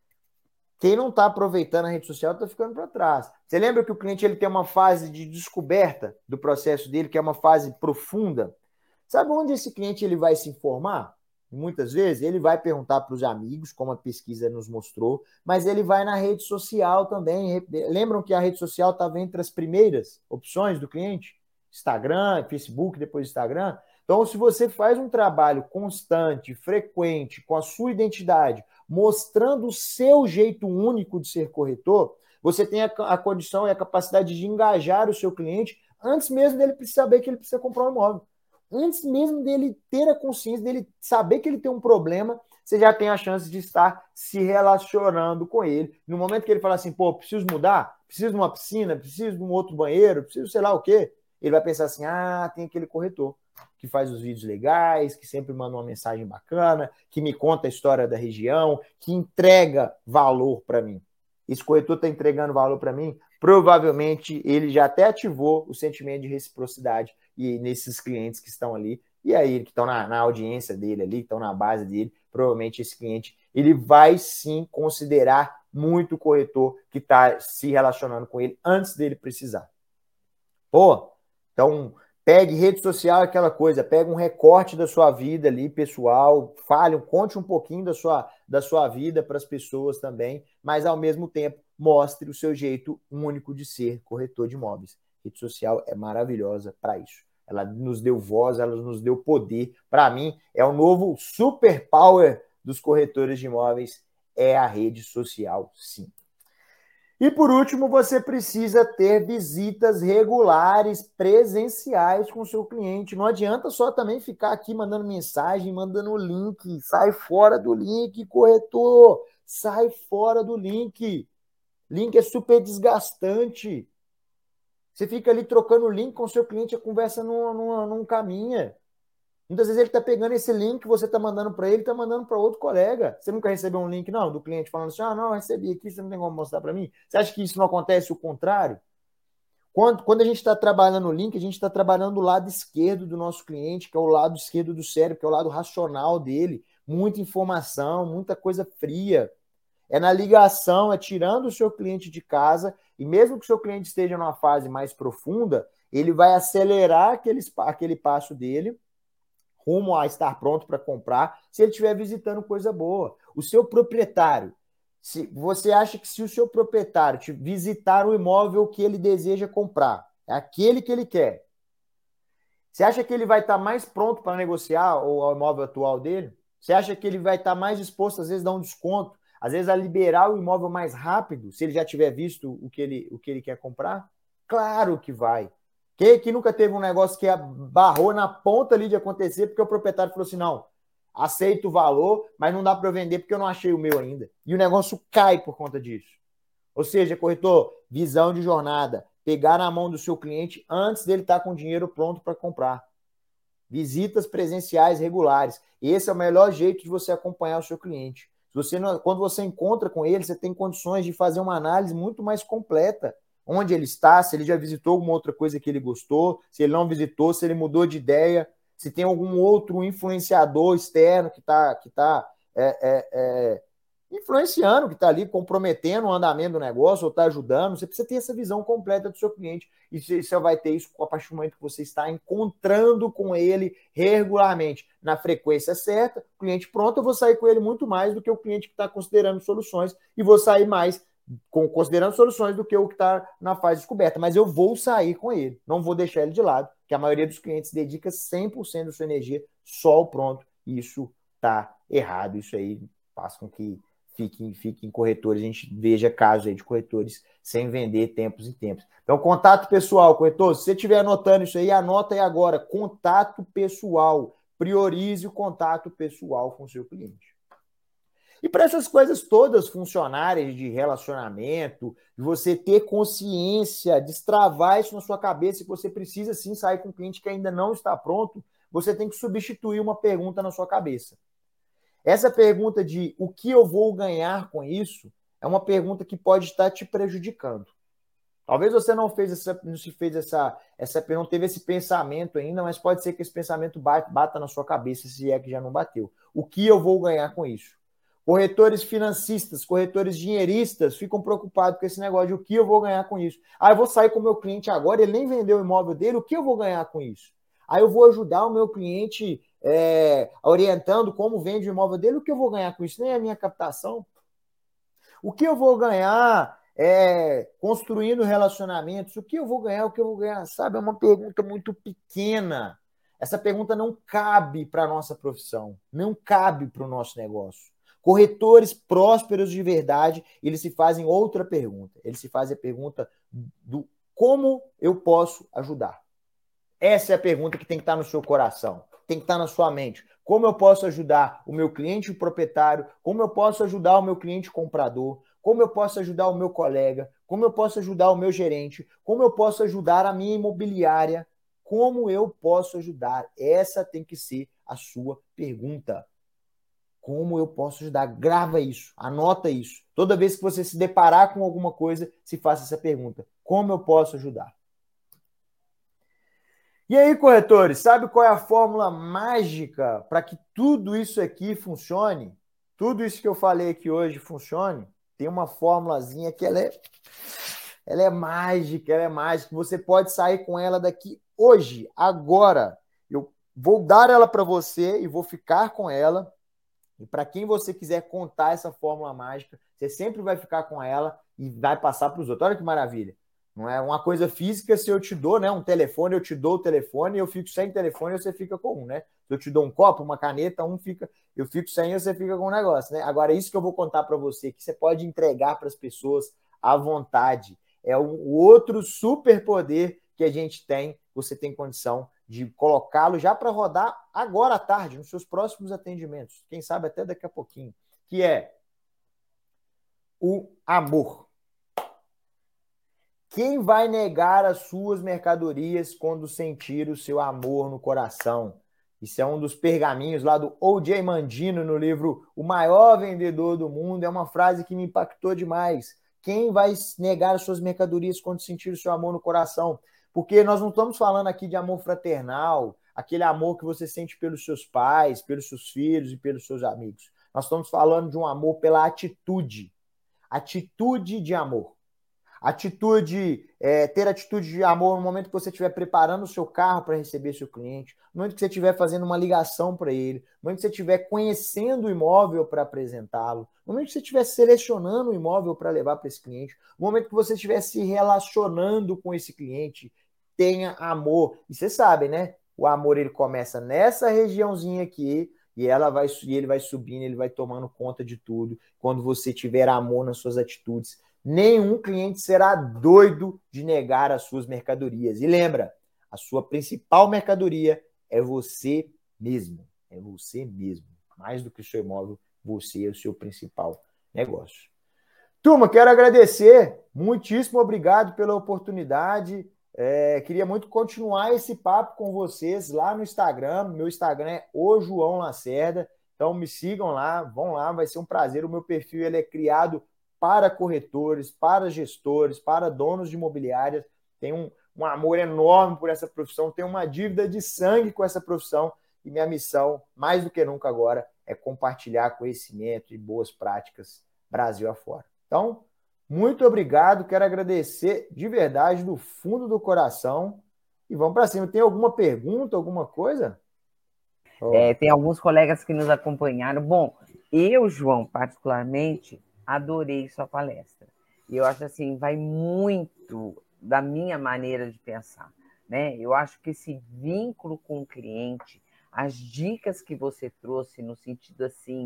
C: Quem não está aproveitando a rede social está ficando para trás. Você lembra que o cliente ele tem uma fase de descoberta do processo dele, que é uma fase profunda? Sabe onde esse cliente ele vai se informar? Muitas vezes ele vai perguntar para os amigos, como a pesquisa nos mostrou, mas ele vai na rede social também. Lembram que a rede social estava entre as primeiras opções do cliente? Instagram, Facebook, depois Instagram. Então, se você faz um trabalho constante, frequente, com a sua identidade, mostrando o seu jeito único de ser corretor, você tem a, a condição e a capacidade de engajar o seu cliente antes mesmo dele saber que ele precisa comprar um imóvel. Antes mesmo dele ter a consciência, dele saber que ele tem um problema, você já tem a chance de estar se relacionando com ele. No momento que ele fala assim, pô, preciso mudar, preciso de uma piscina, preciso de um outro banheiro, preciso sei lá o quê, ele vai pensar assim, ah, tem aquele corretor que faz os vídeos legais, que sempre manda uma mensagem bacana, que me conta a história da região, que entrega valor para mim. Esse corretor está entregando valor para mim, provavelmente ele já até ativou o sentimento de reciprocidade e nesses clientes que estão ali, e aí que estão na, na audiência dele ali, que estão na base dele, provavelmente esse cliente, ele vai sim considerar muito o corretor que está se relacionando com ele antes dele precisar. Pô, então pegue rede social, aquela coisa, pega um recorte da sua vida ali, pessoal, fale, conte um pouquinho da sua, da sua vida para as pessoas também, mas ao mesmo tempo mostre o seu jeito único de ser corretor de imóveis. Rede social é maravilhosa para isso. Ela nos deu voz, ela nos deu poder. Para mim, é o novo superpower dos corretores de imóveis, é a rede social, sim. E por último, você precisa ter visitas regulares, presenciais com o seu cliente. Não adianta só também ficar aqui mandando mensagem, mandando link. Sai fora do link, corretor. Sai fora do link. Link é super desgastante. Você fica ali trocando link com o seu cliente, a conversa não, não, não caminha. Muitas vezes ele está pegando esse link que você está mandando para ele e está mandando para outro colega. Você nunca recebeu um link, não, do cliente falando assim, ah, não, eu recebi aqui, você não tem como mostrar para mim? Você acha que isso não acontece o contrário? Quando, quando a gente está trabalhando o link, a gente está trabalhando o lado esquerdo do nosso cliente, que é o lado esquerdo do cérebro, que é o lado racional dele. Muita informação, muita coisa fria. É na ligação, é tirando o seu cliente de casa, e mesmo que o seu cliente esteja numa fase mais profunda, ele vai acelerar aquele, aquele passo dele, rumo a estar pronto para comprar, se ele estiver visitando coisa boa. O seu proprietário, se você acha que se o seu proprietário te visitar o imóvel que ele deseja comprar, é aquele que ele quer, você acha que ele vai estar mais pronto para negociar o imóvel atual dele? Você acha que ele vai estar mais disposto, às vezes, a dar um desconto, às vezes, a liberar o imóvel mais rápido, se ele já tiver visto o que ele, o que ele quer comprar? Claro que vai. Quem que nunca teve um negócio que barrou na ponta ali de acontecer porque o proprietário falou assim, não, aceito o valor, mas não dá para eu vender porque eu não achei o meu ainda. E o negócio cai por conta disso. Ou seja, corretor, visão de jornada, pegar na mão do seu cliente antes dele estar com o dinheiro pronto para comprar. Visitas presenciais regulares. Esse é o melhor jeito de você acompanhar o seu cliente. Você não, quando você encontra com ele, você tem condições de fazer uma análise muito mais completa. Onde ele está, se ele já visitou alguma outra coisa que ele gostou, se ele não visitou, se ele mudou de ideia, se tem algum outro influenciador externo que está que tá, é, é, é, influenciando, que está ali comprometendo o andamento do negócio ou está ajudando. Você precisa ter essa visão completa do seu cliente. E você vai ter isso a partir do momento que você está encontrando com ele regularmente, na frequência certa. O cliente pronto, eu vou sair com ele muito mais do que o cliente que está considerando soluções e vou sair mais considerando soluções do que o que está na fase de descoberta. Mas eu vou sair com ele, não vou deixar ele de lado, que a maioria dos clientes dedica cem por cento da sua energia só ao pronto. E isso está errado. Isso aí faz com que fiquem, fiquem corretores, a gente veja casos aí de corretores sem vender tempos e tempos. Então, contato pessoal, corretor, se você estiver anotando isso aí, anota aí agora, contato pessoal, priorize o contato pessoal com o seu cliente. E para essas coisas todas funcionarem de relacionamento, de você ter consciência, destravar isso na sua cabeça, que você precisa sim sair com um cliente que ainda não está pronto, você tem que substituir uma pergunta na sua cabeça. Essa pergunta de o que eu vou ganhar com isso é uma pergunta que pode estar te prejudicando. Talvez você não fez essa, não se fez essa, essa, não teve esse pensamento ainda, mas pode ser que esse pensamento bata, bata na sua cabeça, se é que já não bateu. O que eu vou ganhar com isso? Corretores financistas, corretores dinheiristas ficam preocupados com esse negócio de o que eu vou ganhar com isso. Ah, eu vou sair com o meu cliente agora, ele nem vendeu o imóvel dele, o que eu vou ganhar com isso? Aí eu vou ajudar o meu cliente é, orientando como vende o imóvel dele, o que eu vou ganhar com isso? Nem a minha captação. O que eu vou ganhar é, construindo relacionamentos? O que eu vou ganhar? O que eu vou ganhar? Sabe, é uma pergunta muito pequena. Essa pergunta não cabe para a nossa profissão, não cabe para o nosso negócio. Corretores prósperos de verdade, eles se fazem outra pergunta. Eles se fazem a pergunta do como eu posso ajudar. Essa é a pergunta que tem que estar no seu coração, tem que estar na sua mente. Como eu posso ajudar o meu cliente, o proprietário? Como eu posso ajudar o meu cliente comprador? Como eu posso ajudar o meu colega? Como eu posso ajudar o meu gerente? Como eu posso ajudar a minha imobiliária? Como eu posso ajudar? Essa tem que ser a sua pergunta. Como eu posso ajudar? Grava isso, anota isso. Toda vez que você se deparar com alguma coisa, se faça essa pergunta. Como eu posso ajudar? E aí, corretores, sabe qual é a fórmula mágica para que tudo isso aqui funcione? Tudo isso que eu falei aqui hoje funcione? Tem uma fórmulazinha que ela é, ela é mágica, ela é mágica. Você pode sair com ela daqui hoje, agora. Eu vou dar ela para você e vou ficar com ela. E para quem você quiser contar essa fórmula mágica, você sempre vai ficar com ela e vai passar para os outros. Olha que maravilha. Não é uma coisa física, se eu te dou, né, um telefone, eu te dou o telefone, eu fico sem telefone, você fica com um, né? Se eu te dou um copo, uma caneta, um fica, eu fico sem e você fica com um negócio, né? Agora, isso que eu vou contar para você, que você pode entregar para as pessoas à vontade, é o outro superpoder que a gente tem, você tem condição de colocá-lo já para rodar agora à tarde, nos seus próximos atendimentos, quem sabe até daqui a pouquinho, que é o amor. Quem vai negar as suas mercadorias quando sentir o seu amor no coração? Isso é um dos pergaminhos lá do O J Mandino no livro O Maior Vendedor do Mundo. É uma frase que me impactou demais. quem vai negar as suas mercadorias quando sentir o seu amor no coração? Porque nós não estamos falando aqui de amor fraternal, aquele amor que você sente pelos seus pais, pelos seus filhos e pelos seus amigos. Nós estamos falando de um amor pela atitude. Atitude de amor. Atitude, é, ter atitude de amor no momento que você estiver preparando o seu carro para receber seu cliente, no momento que você estiver fazendo uma ligação para ele, no momento que você estiver conhecendo o imóvel para apresentá-lo, no momento que você estiver selecionando o imóvel para levar para esse cliente, no momento que você estiver se relacionando com esse cliente, tenha amor. E vocês sabem, né? O amor ele começa nessa regiãozinha aqui e ela vai, e ele vai subindo, ele vai tomando conta de tudo. Quando você tiver amor nas suas atitudes, nenhum cliente será doido de negar as suas mercadorias. E lembra, a sua principal mercadoria é você mesmo. É você mesmo. Mais do que o seu imóvel, você é o seu principal negócio. Turma, quero agradecer. Muitíssimo obrigado pela oportunidade. É, queria muito continuar esse papo com vocês lá no Instagram. Meu Instagram é o João Lacerda. Então me sigam lá, vão lá, vai ser um prazer. O meu perfil ele é criado para corretores, para gestores, para donos de imobiliárias. Tenho um, um amor enorme por essa profissão, tenho uma dívida de sangue com essa profissão e minha missão, mais do que nunca agora, é compartilhar conhecimento e boas práticas Brasil afora. Então, muito obrigado, quero agradecer de verdade, do fundo do coração e vamos para cima. Tem alguma pergunta, alguma coisa?
B: Oh. É, tem alguns colegas que nos acompanharam. Bom, eu, João, particularmente, adorei sua palestra. E eu acho assim, vai muito da minha maneira de pensar, né? Eu acho que esse vínculo com o cliente, as dicas que você trouxe no sentido assim,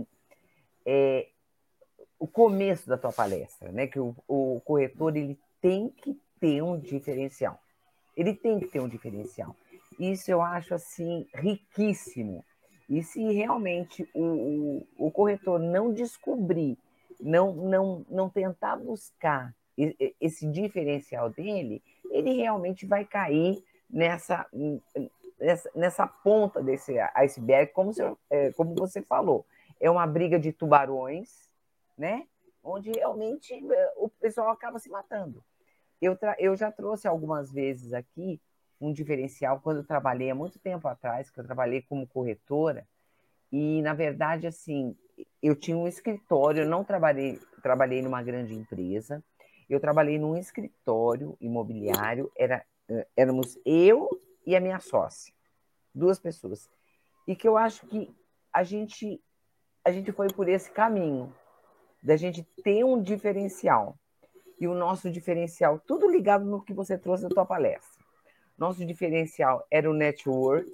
B: é, o começo da tua palestra, né? Que o, o corretor ele tem que ter um diferencial. Ele tem que ter um diferencial. Isso eu acho assim riquíssimo. E se realmente o, o, o corretor não descobrir, não, não, não tentar buscar esse diferencial dele, ele realmente vai cair nessa, nessa, nessa ponta desse iceberg, como, você, como você falou. É uma briga de tubarões, né? Onde realmente o pessoal acaba se matando. Eu, tra- eu já trouxe algumas vezes aqui um diferencial quando eu trabalhei há muito tempo atrás, que eu trabalhei como corretora, e, na verdade, assim, eu tinha um escritório, eu não trabalhei, trabalhei numa grande empresa, eu trabalhei num escritório imobiliário, era, éramos eu e a minha sócia, duas pessoas, e que eu acho que a gente, a gente foi por esse caminho, da gente ter um diferencial, e o nosso diferencial, tudo ligado no que você trouxe na tua palestra. Nosso diferencial era o network,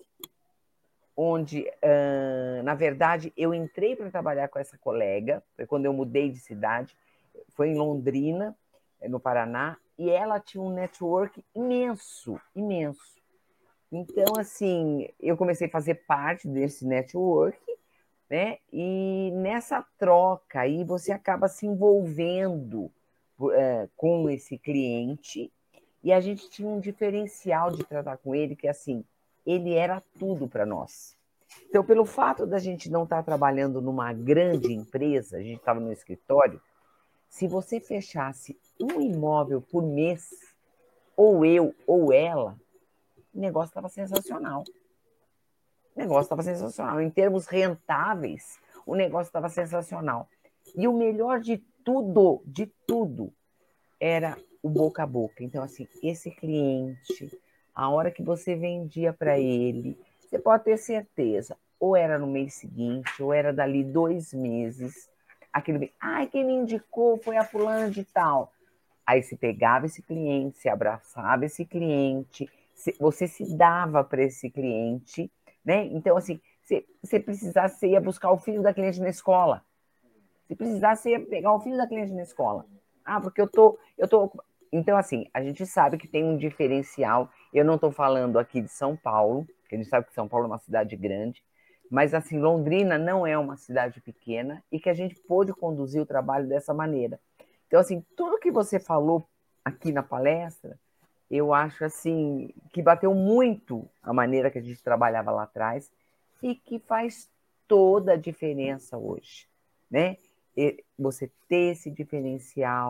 B: onde, uh, na verdade, eu entrei para trabalhar com essa colega, foi quando eu mudei de cidade, foi em Londrina, no Paraná, e ela tinha um network imenso, imenso. Então, assim, eu comecei a fazer parte desse network, né? E nessa troca aí você acaba se envolvendo uh, com esse cliente, e a gente tinha um diferencial de tratar com ele, que assim, ele era tudo para nós. Então, pelo fato da gente não estar trabalhando numa grande empresa, a gente estava no escritório, se você fechasse um imóvel por mês, ou eu ou ela, o negócio estava sensacional. O negócio estava sensacional. Em termos rentáveis, o negócio estava sensacional. E o melhor de tudo, de tudo, era o boca a boca. Então, assim, esse cliente, a hora que você vendia para ele, você pode ter certeza, ou era no mês seguinte, ou era dali dois meses, aquele, ai, quem me indicou foi a fulana de tal. Aí você pegava esse cliente, se abraçava esse cliente, você se dava para esse cliente, né? Então, assim, se você precisasse, você ia buscar o filho da cliente na escola. Se precisasse, você ia pegar o filho da cliente na escola. Ah, porque eu tô, eu tô... Então, assim, a gente sabe que tem um diferencial. Eu não estou falando aqui de São Paulo, porque a gente sabe que São Paulo é uma cidade grande, mas, assim, Londrina não é uma cidade pequena e que a gente pôde conduzir o trabalho dessa maneira. Então, assim, tudo que você falou aqui na palestra, eu acho, assim, que bateu muito a maneira que a gente trabalhava lá atrás e que faz toda a diferença hoje, né? Você ter esse diferencial,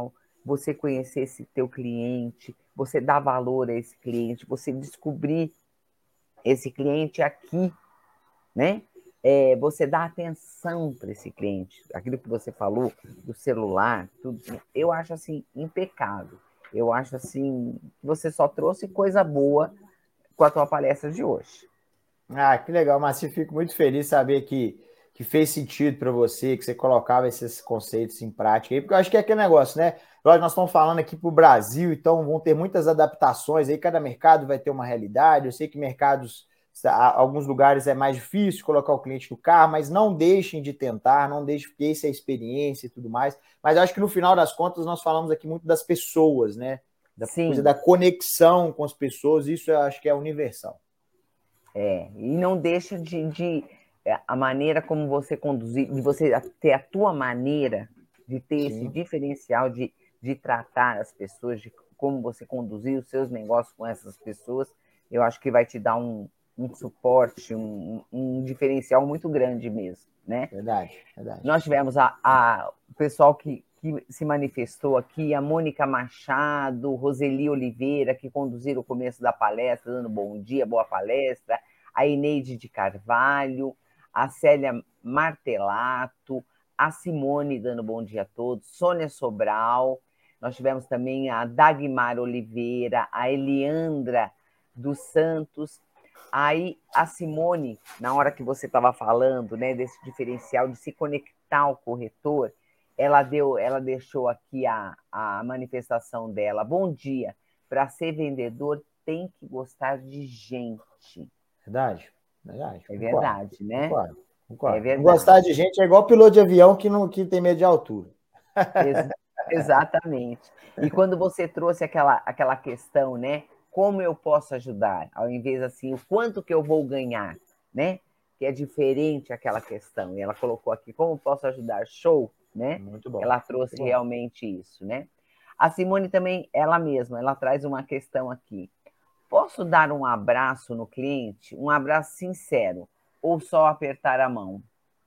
B: você conhecer esse teu cliente, você dar valor a esse cliente, você descobrir esse cliente aqui, né? É, você dá atenção para esse cliente, aquilo que você falou do celular, tudo, eu acho assim impecável. Eu acho assim que você só trouxe coisa boa com a tua palestra de hoje.
C: Ah, que legal, Marcinho, fico muito feliz de saber que, que fez sentido para você, que você colocava esses conceitos em prática aí, porque eu acho que é aquele negócio, né? Nós, nós estamos falando aqui para o Brasil, então vão ter muitas adaptações aí, cada mercado vai ter uma realidade. Eu sei que mercados, alguns lugares é mais difícil colocar o cliente no carro, mas não deixem de tentar, não deixem, porque isso é experiência e tudo mais. Mas eu acho que no final das contas nós falamos aqui muito das pessoas, né? Da
B: Sim.
C: coisa da conexão com as pessoas, isso eu acho que é universal.
B: É, e não deixa de, de a maneira como você conduzir, de você ter a tua maneira de ter Sim. esse diferencial de, de tratar as pessoas, de como você conduzir os seus negócios com essas pessoas, eu acho que vai te dar um, um suporte, um, um diferencial muito grande mesmo, né?
C: Verdade, verdade.
B: Nós tivemos a, a, o pessoal que, que se manifestou aqui, a Mônica Machado, Roseli Oliveira, que conduziram o começo da palestra, dando bom dia, boa palestra, a Ineide de Carvalho, a Célia Martelato, a Simone dando bom dia a todos, Sônia Sobral, nós tivemos também a Dagmar Oliveira, a Eliandra dos Santos, aí a Simone, na hora que você estava falando, né, desse diferencial de se conectar ao corretor, ela, deu, ela deixou aqui a, a manifestação dela. Bom dia, para ser vendedor tem que gostar de gente.
C: Verdade, verdade.
B: É
C: concordo,
B: verdade, né?
C: Concordo, concordo.
B: É verdade.
C: Não gostar de gente é igual piloto de avião que, não, que tem medo de altura.
B: Ex exatamente. E quando você trouxe aquela, aquela questão, né? Como eu posso ajudar? Ao invés assim, o quanto que eu vou ganhar, né? Que é diferente aquela questão. E ela colocou aqui, como posso ajudar? Show, né?
C: Muito bom.
B: Ela trouxe
C: Muito
B: realmente bom. Isso, né? A Simone também, ela mesma, ela traz uma questão aqui. Posso dar um abraço no cliente? Um abraço sincero? Ou só apertar a mão?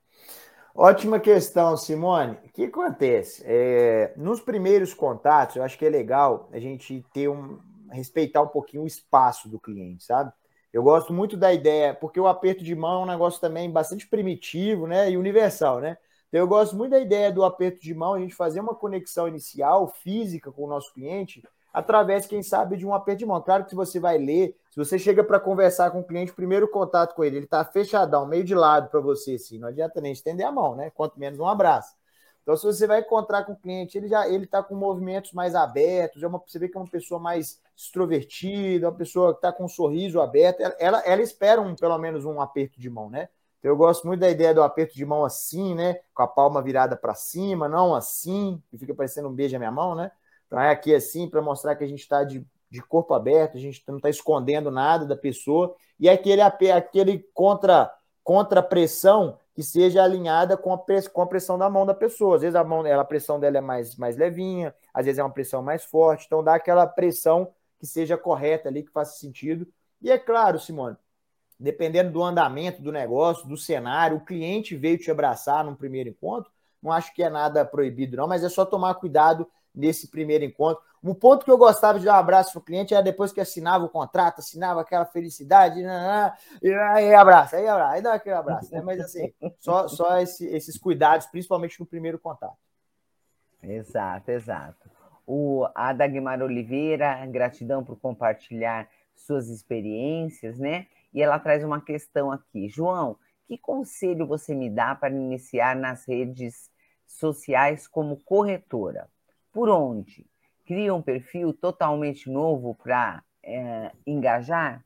C: Ótima questão, Simone. O que acontece? É, nos primeiros contatos, eu acho que é legal a gente ter um, respeitar um pouquinho o espaço do cliente, sabe? Eu gosto muito da ideia, porque o aperto de mão é um negócio também bastante primitivo, né? E universal, né? Então eu gosto muito da ideia do aperto de mão, a gente fazer uma conexão inicial, física com o nosso cliente, através, quem sabe, de um aperto de mão. Claro que se você vai ler, se você chega para conversar com o cliente, primeiro contato com ele, ele está fechadão, meio de lado para você, assim, não adianta nem estender a mão, né? Quanto menos um abraço. Então, se você vai encontrar com o cliente, ele já ele está com movimentos mais abertos, é uma, você vê que é uma pessoa mais extrovertida, uma pessoa que está com um sorriso aberto, ela, ela espera um, pelo menos um aperto de mão, né? Então, eu gosto muito da ideia do aperto de mão assim, né? Com a palma virada para cima, não assim, que fica parecendo um beijo na minha mão, né? Então, é aqui assim, para mostrar que a gente está de, de corpo aberto, a gente não está escondendo nada da pessoa, e aquele, aquele contra, contra pressão que seja alinhada com a, com a pressão da mão da pessoa. Às vezes a, mão, ela, a pressão dela é mais, mais levinha, às vezes é uma pressão mais forte, então dá aquela pressão que seja correta ali, que faça sentido. E é claro, Simone, dependendo do andamento do negócio, do cenário, o cliente veio te abraçar num primeiro encontro, não acho que é nada proibido não, mas é só tomar cuidado nesse primeiro encontro. O ponto que eu gostava de dar um abraço no cliente era depois que assinava o contrato, assinava aquela felicidade, e aí abraça, aí abraça, aí dá aquele abraço, né? Mas assim, só, só esse, esses cuidados, principalmente no primeiro contato.
B: Exato, exato. O, a Dagmar Oliveira, gratidão por compartilhar suas experiências, né? E ela traz uma questão aqui. João, que conselho você me dá para iniciar nas redes sociais como corretora? Por onde? Cria um perfil totalmente novo para é, engajar?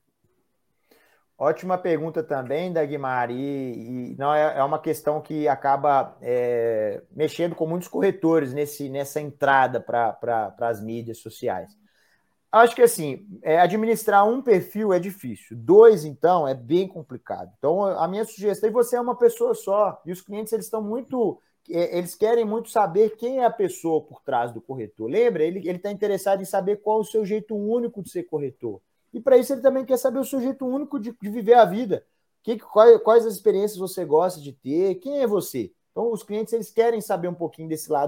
C: Ótima pergunta também, Dagmar, e, e não é, é uma questão que acaba é, mexendo com muitos corretores nesse, nessa entrada para pra, as mídias sociais. Acho que assim, é, administrar um perfil é difícil, dois, então, é bem complicado. Então, a minha sugestão, e você é uma pessoa só, e os clientes eles estão muito... Eles querem muito saber quem é a pessoa por trás do corretor. Lembra? Ele está interessado em saber qual é o seu jeito único de ser corretor. E para isso ele também quer saber o seu jeito único de, de viver a vida. Que, quais, quais as experiências você gosta de ter, quem é você. Então os clientes eles querem saber um pouquinho desse lado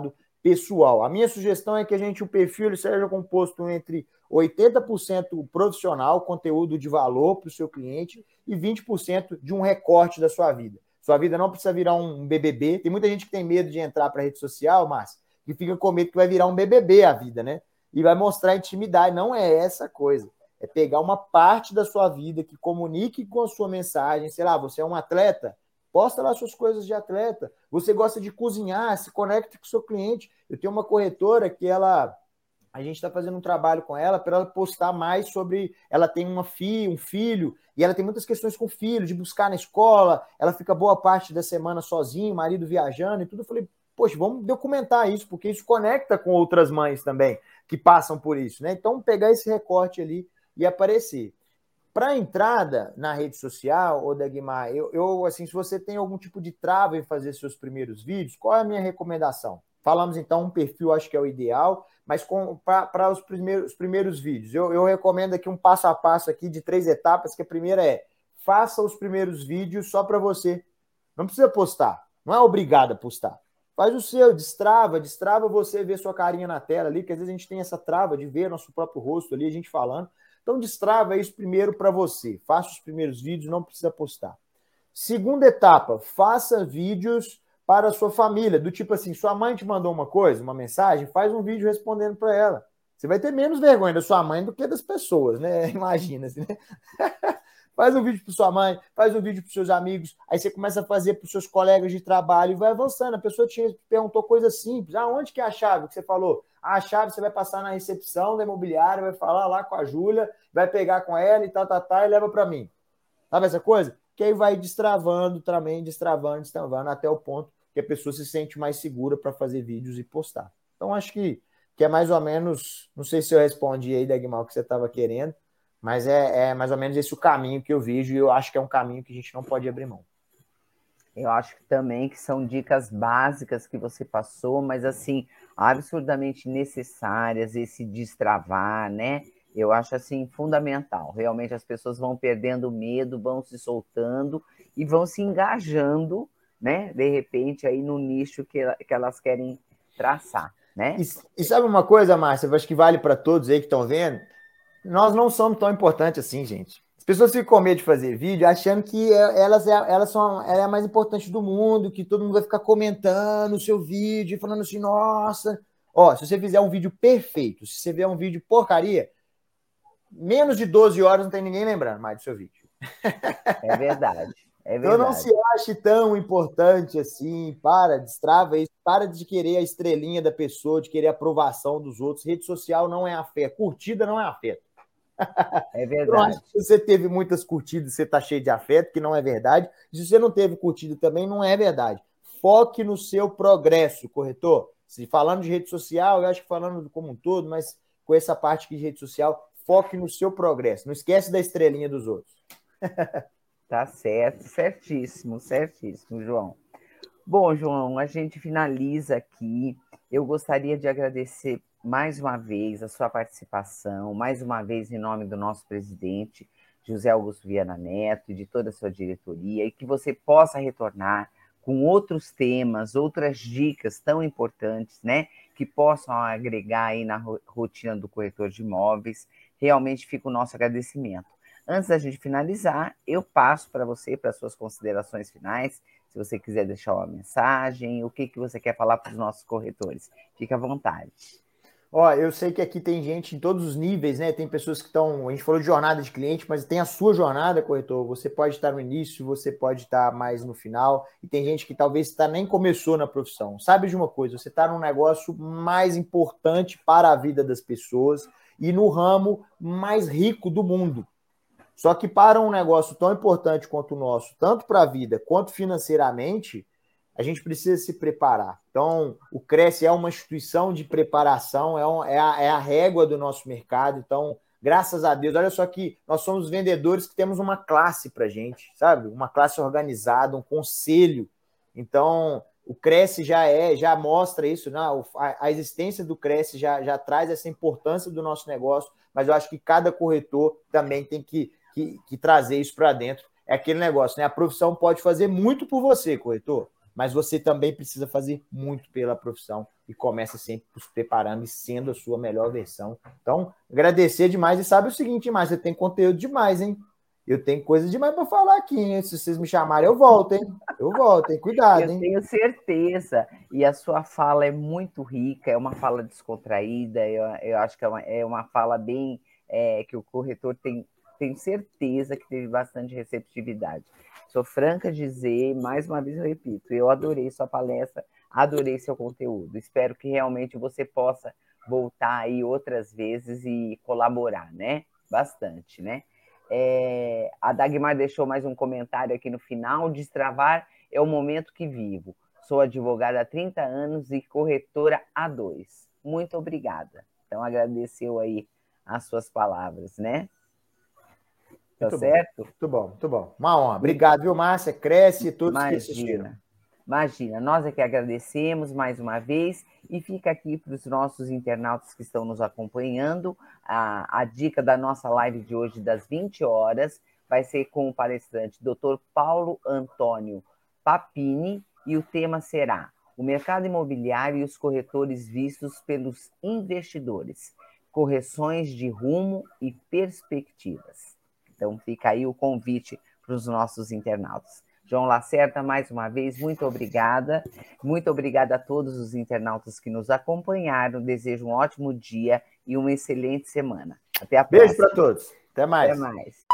C: pessoal. A minha sugestão é que a gente, o perfil ele seja composto entre oitenta por cento profissional, conteúdo de valor para o seu cliente, e vinte por cento de um recorte da sua vida. Sua vida não precisa virar um B B B. Tem muita gente que tem medo de entrar para a rede social, Márcio, que fica com medo que vai virar um B B B a vida, né? E vai mostrar intimidade. Não é essa coisa. É pegar uma parte da sua vida que comunique com a sua mensagem. Sei lá, você é um atleta, posta lá suas coisas de atleta. Você gosta de cozinhar, se conecte com o seu cliente. Eu tenho uma corretora que ela... A gente está fazendo um trabalho com ela para ela postar mais sobre... Ela tem uma filha, um filho, e ela tem muitas questões com o filho, de buscar na escola, ela fica boa parte da semana sozinha, o marido viajando e tudo. Eu falei, poxa, vamos documentar isso, porque isso conecta com outras mães também, que passam por isso, né? Então, pegar esse recorte ali e aparecer. Para entrada na rede social, ô Dagmar, eu, eu, assim, se você tem algum tipo de trava em fazer seus primeiros vídeos, qual é a minha recomendação? Falamos, então, um perfil, acho que é o ideal, mas para os primeiros, os primeiros vídeos, eu, eu recomendo aqui um passo a passo aqui de três etapas, que a primeira é, faça os primeiros vídeos só para você. Não precisa postar, não é obrigado a postar. Faz o seu, destrava, destrava você ver sua carinha na tela ali, que às vezes a gente tem essa trava de ver nosso próprio rosto ali, a gente falando. Então, destrava isso primeiro para você. Faça os primeiros vídeos, não precisa postar. Segunda etapa, faça vídeos para a sua família, do tipo assim, sua mãe te mandou uma coisa, uma mensagem, faz um vídeo respondendo para ela. Você vai ter menos vergonha da sua mãe do que das pessoas, né? Imagina, assim, né? Faz um vídeo para sua mãe, faz um vídeo para os seus amigos, aí você começa a fazer para os seus colegas de trabalho e vai avançando. A pessoa te perguntou coisas simples. Ah, onde que é a chave que você falou? Ah, a chave você vai passar na recepção da imobiliária, vai falar lá com a Júlia, vai pegar com ela e tal, tal, tal, e leva para mim. Sabe essa coisa? Que aí vai destravando também, destravando, destravando, até o ponto que a pessoa se sente mais segura para fazer vídeos e postar. Então, acho que, que é mais ou menos, não sei se eu respondi aí, Dagmar, o que você estava querendo, mas é, é mais ou menos esse o caminho que eu vejo e eu acho que é um caminho que a gente não pode abrir mão.
B: Eu acho que também que são dicas básicas que você passou, mas assim, absurdamente necessárias, esse destravar, né? Eu acho assim fundamental. Realmente as pessoas vão perdendo medo, vão se soltando e vão se engajando, né? De repente aí no nicho que, que elas querem traçar, né?
C: E, e sabe uma coisa, Márcia, eu acho que vale para todos aí que estão vendo? Nós não somos tão importantes assim, gente. As pessoas ficam com medo de fazer vídeo, achando que elas, elas são ela é a mais importante do mundo, que todo mundo vai ficar comentando o seu vídeo, falando assim, nossa... Ó, se você fizer um vídeo perfeito, se você fizer um vídeo porcaria, menos de doze horas não tem ninguém lembrando mais do seu vídeo.
B: É verdade, é verdade.
C: Então não se ache tão importante assim, para, destrava isso, para de querer a estrelinha da pessoa, de querer a aprovação dos outros. Rede social não é afeto, curtida não é afeto.
B: É verdade.
C: Se você teve muitas curtidas, você está cheio de afeto, que não é verdade. Se você não teve curtida também, não é verdade. Foque no seu progresso, corretor. Se falando de rede social, eu acho que falando como um todo, mas com essa parte aqui de rede social, foque no seu progresso. Não esquece da estrelinha dos outros.
B: Tá certo, certíssimo, certíssimo, João. Bom, João, a gente finaliza aqui. Eu gostaria de agradecer mais uma vez a sua participação, mais uma vez em nome do nosso presidente, José Augusto Viana Neto, e de toda a sua diretoria, e que você possa retornar com outros temas, outras dicas tão importantes, né, que possam agregar aí na rotina do corretor de imóveis. Realmente fica o nosso agradecimento. Antes da gente finalizar, eu passo para você, para as suas considerações finais, se você quiser deixar uma mensagem, o que, que você quer falar para os nossos corretores. Fique à vontade.
C: Ó, eu sei que aqui tem gente em todos os níveis, né? Tem pessoas que estão... A gente falou de jornada de cliente, mas tem a sua jornada, corretor. Você pode estar no início, você pode estar mais no final. E tem gente que talvez tá, nem começou na profissão. Sabe de uma coisa? Você está num negócio mais importante para a vida das pessoas e no ramo mais rico do mundo. Só que para um negócio tão importante quanto o nosso, tanto para a vida quanto financeiramente, a gente precisa se preparar. Então, o Cresce é uma instituição de preparação, é, um, é, a, é a régua do nosso mercado. Então, graças a Deus, olha só que nós somos vendedores que temos uma classe para a gente, sabe? Uma classe organizada, um conselho. Então, o Cresce já é, já mostra isso, né? a, a existência do Cresce já, já traz essa importância do nosso negócio, mas eu acho que cada corretor também tem que, que, que trazer isso para dentro. É aquele negócio, né? A profissão pode fazer muito por você, corretor. mas você também precisa fazer muito pela profissão e começa sempre se preparando e sendo a sua melhor versão. Então, agradecer demais e sabe o seguinte, mais você tem conteúdo demais, hein? Eu tenho coisa demais para falar aqui, hein? Se vocês me chamarem, eu volto, hein? Eu volto, hein? Cuidado, hein?
B: Eu tenho certeza. E a sua fala é muito rica, é uma fala descontraída, eu, eu acho que é uma, é uma fala bem... É, que o corretor tem, tem certeza que teve bastante receptividade. Sou franca de dizer, mais uma vez eu repito, eu adorei sua palestra, adorei seu conteúdo. Espero que realmente você possa voltar aí outras vezes e colaborar, né? Bastante, né? É, a Dagmar deixou mais um comentário aqui no final. Destravar é o momento que vivo. Sou advogada há trinta anos e corretora há dois. Muito obrigada. Então, agradeceu aí as suas palavras, né? Tá
C: muito
B: certo?
C: Bom, muito bom, muito bom. Uma honra. Obrigado, viu, Márcia? Cresce e todos
B: Imagina,
C: que assistiram.
B: Imagina, nós é que agradecemos mais uma vez e fica aqui para os nossos internautas que estão nos acompanhando a, a dica da nossa live de hoje das vinte horas vai ser com o palestrante doutor Paulo Antônio Papini e o tema será o mercado imobiliário e os corretores vistos pelos investidores, correções de rumo e perspectivas. Então fica aí o convite para os nossos internautas. João Lacerda, mais uma vez, muito obrigada. Muito obrigada a todos os internautas que nos acompanharam. Desejo um ótimo dia e uma excelente semana. Até a próxima.
C: Beijo para todos. Até mais.
B: Até mais.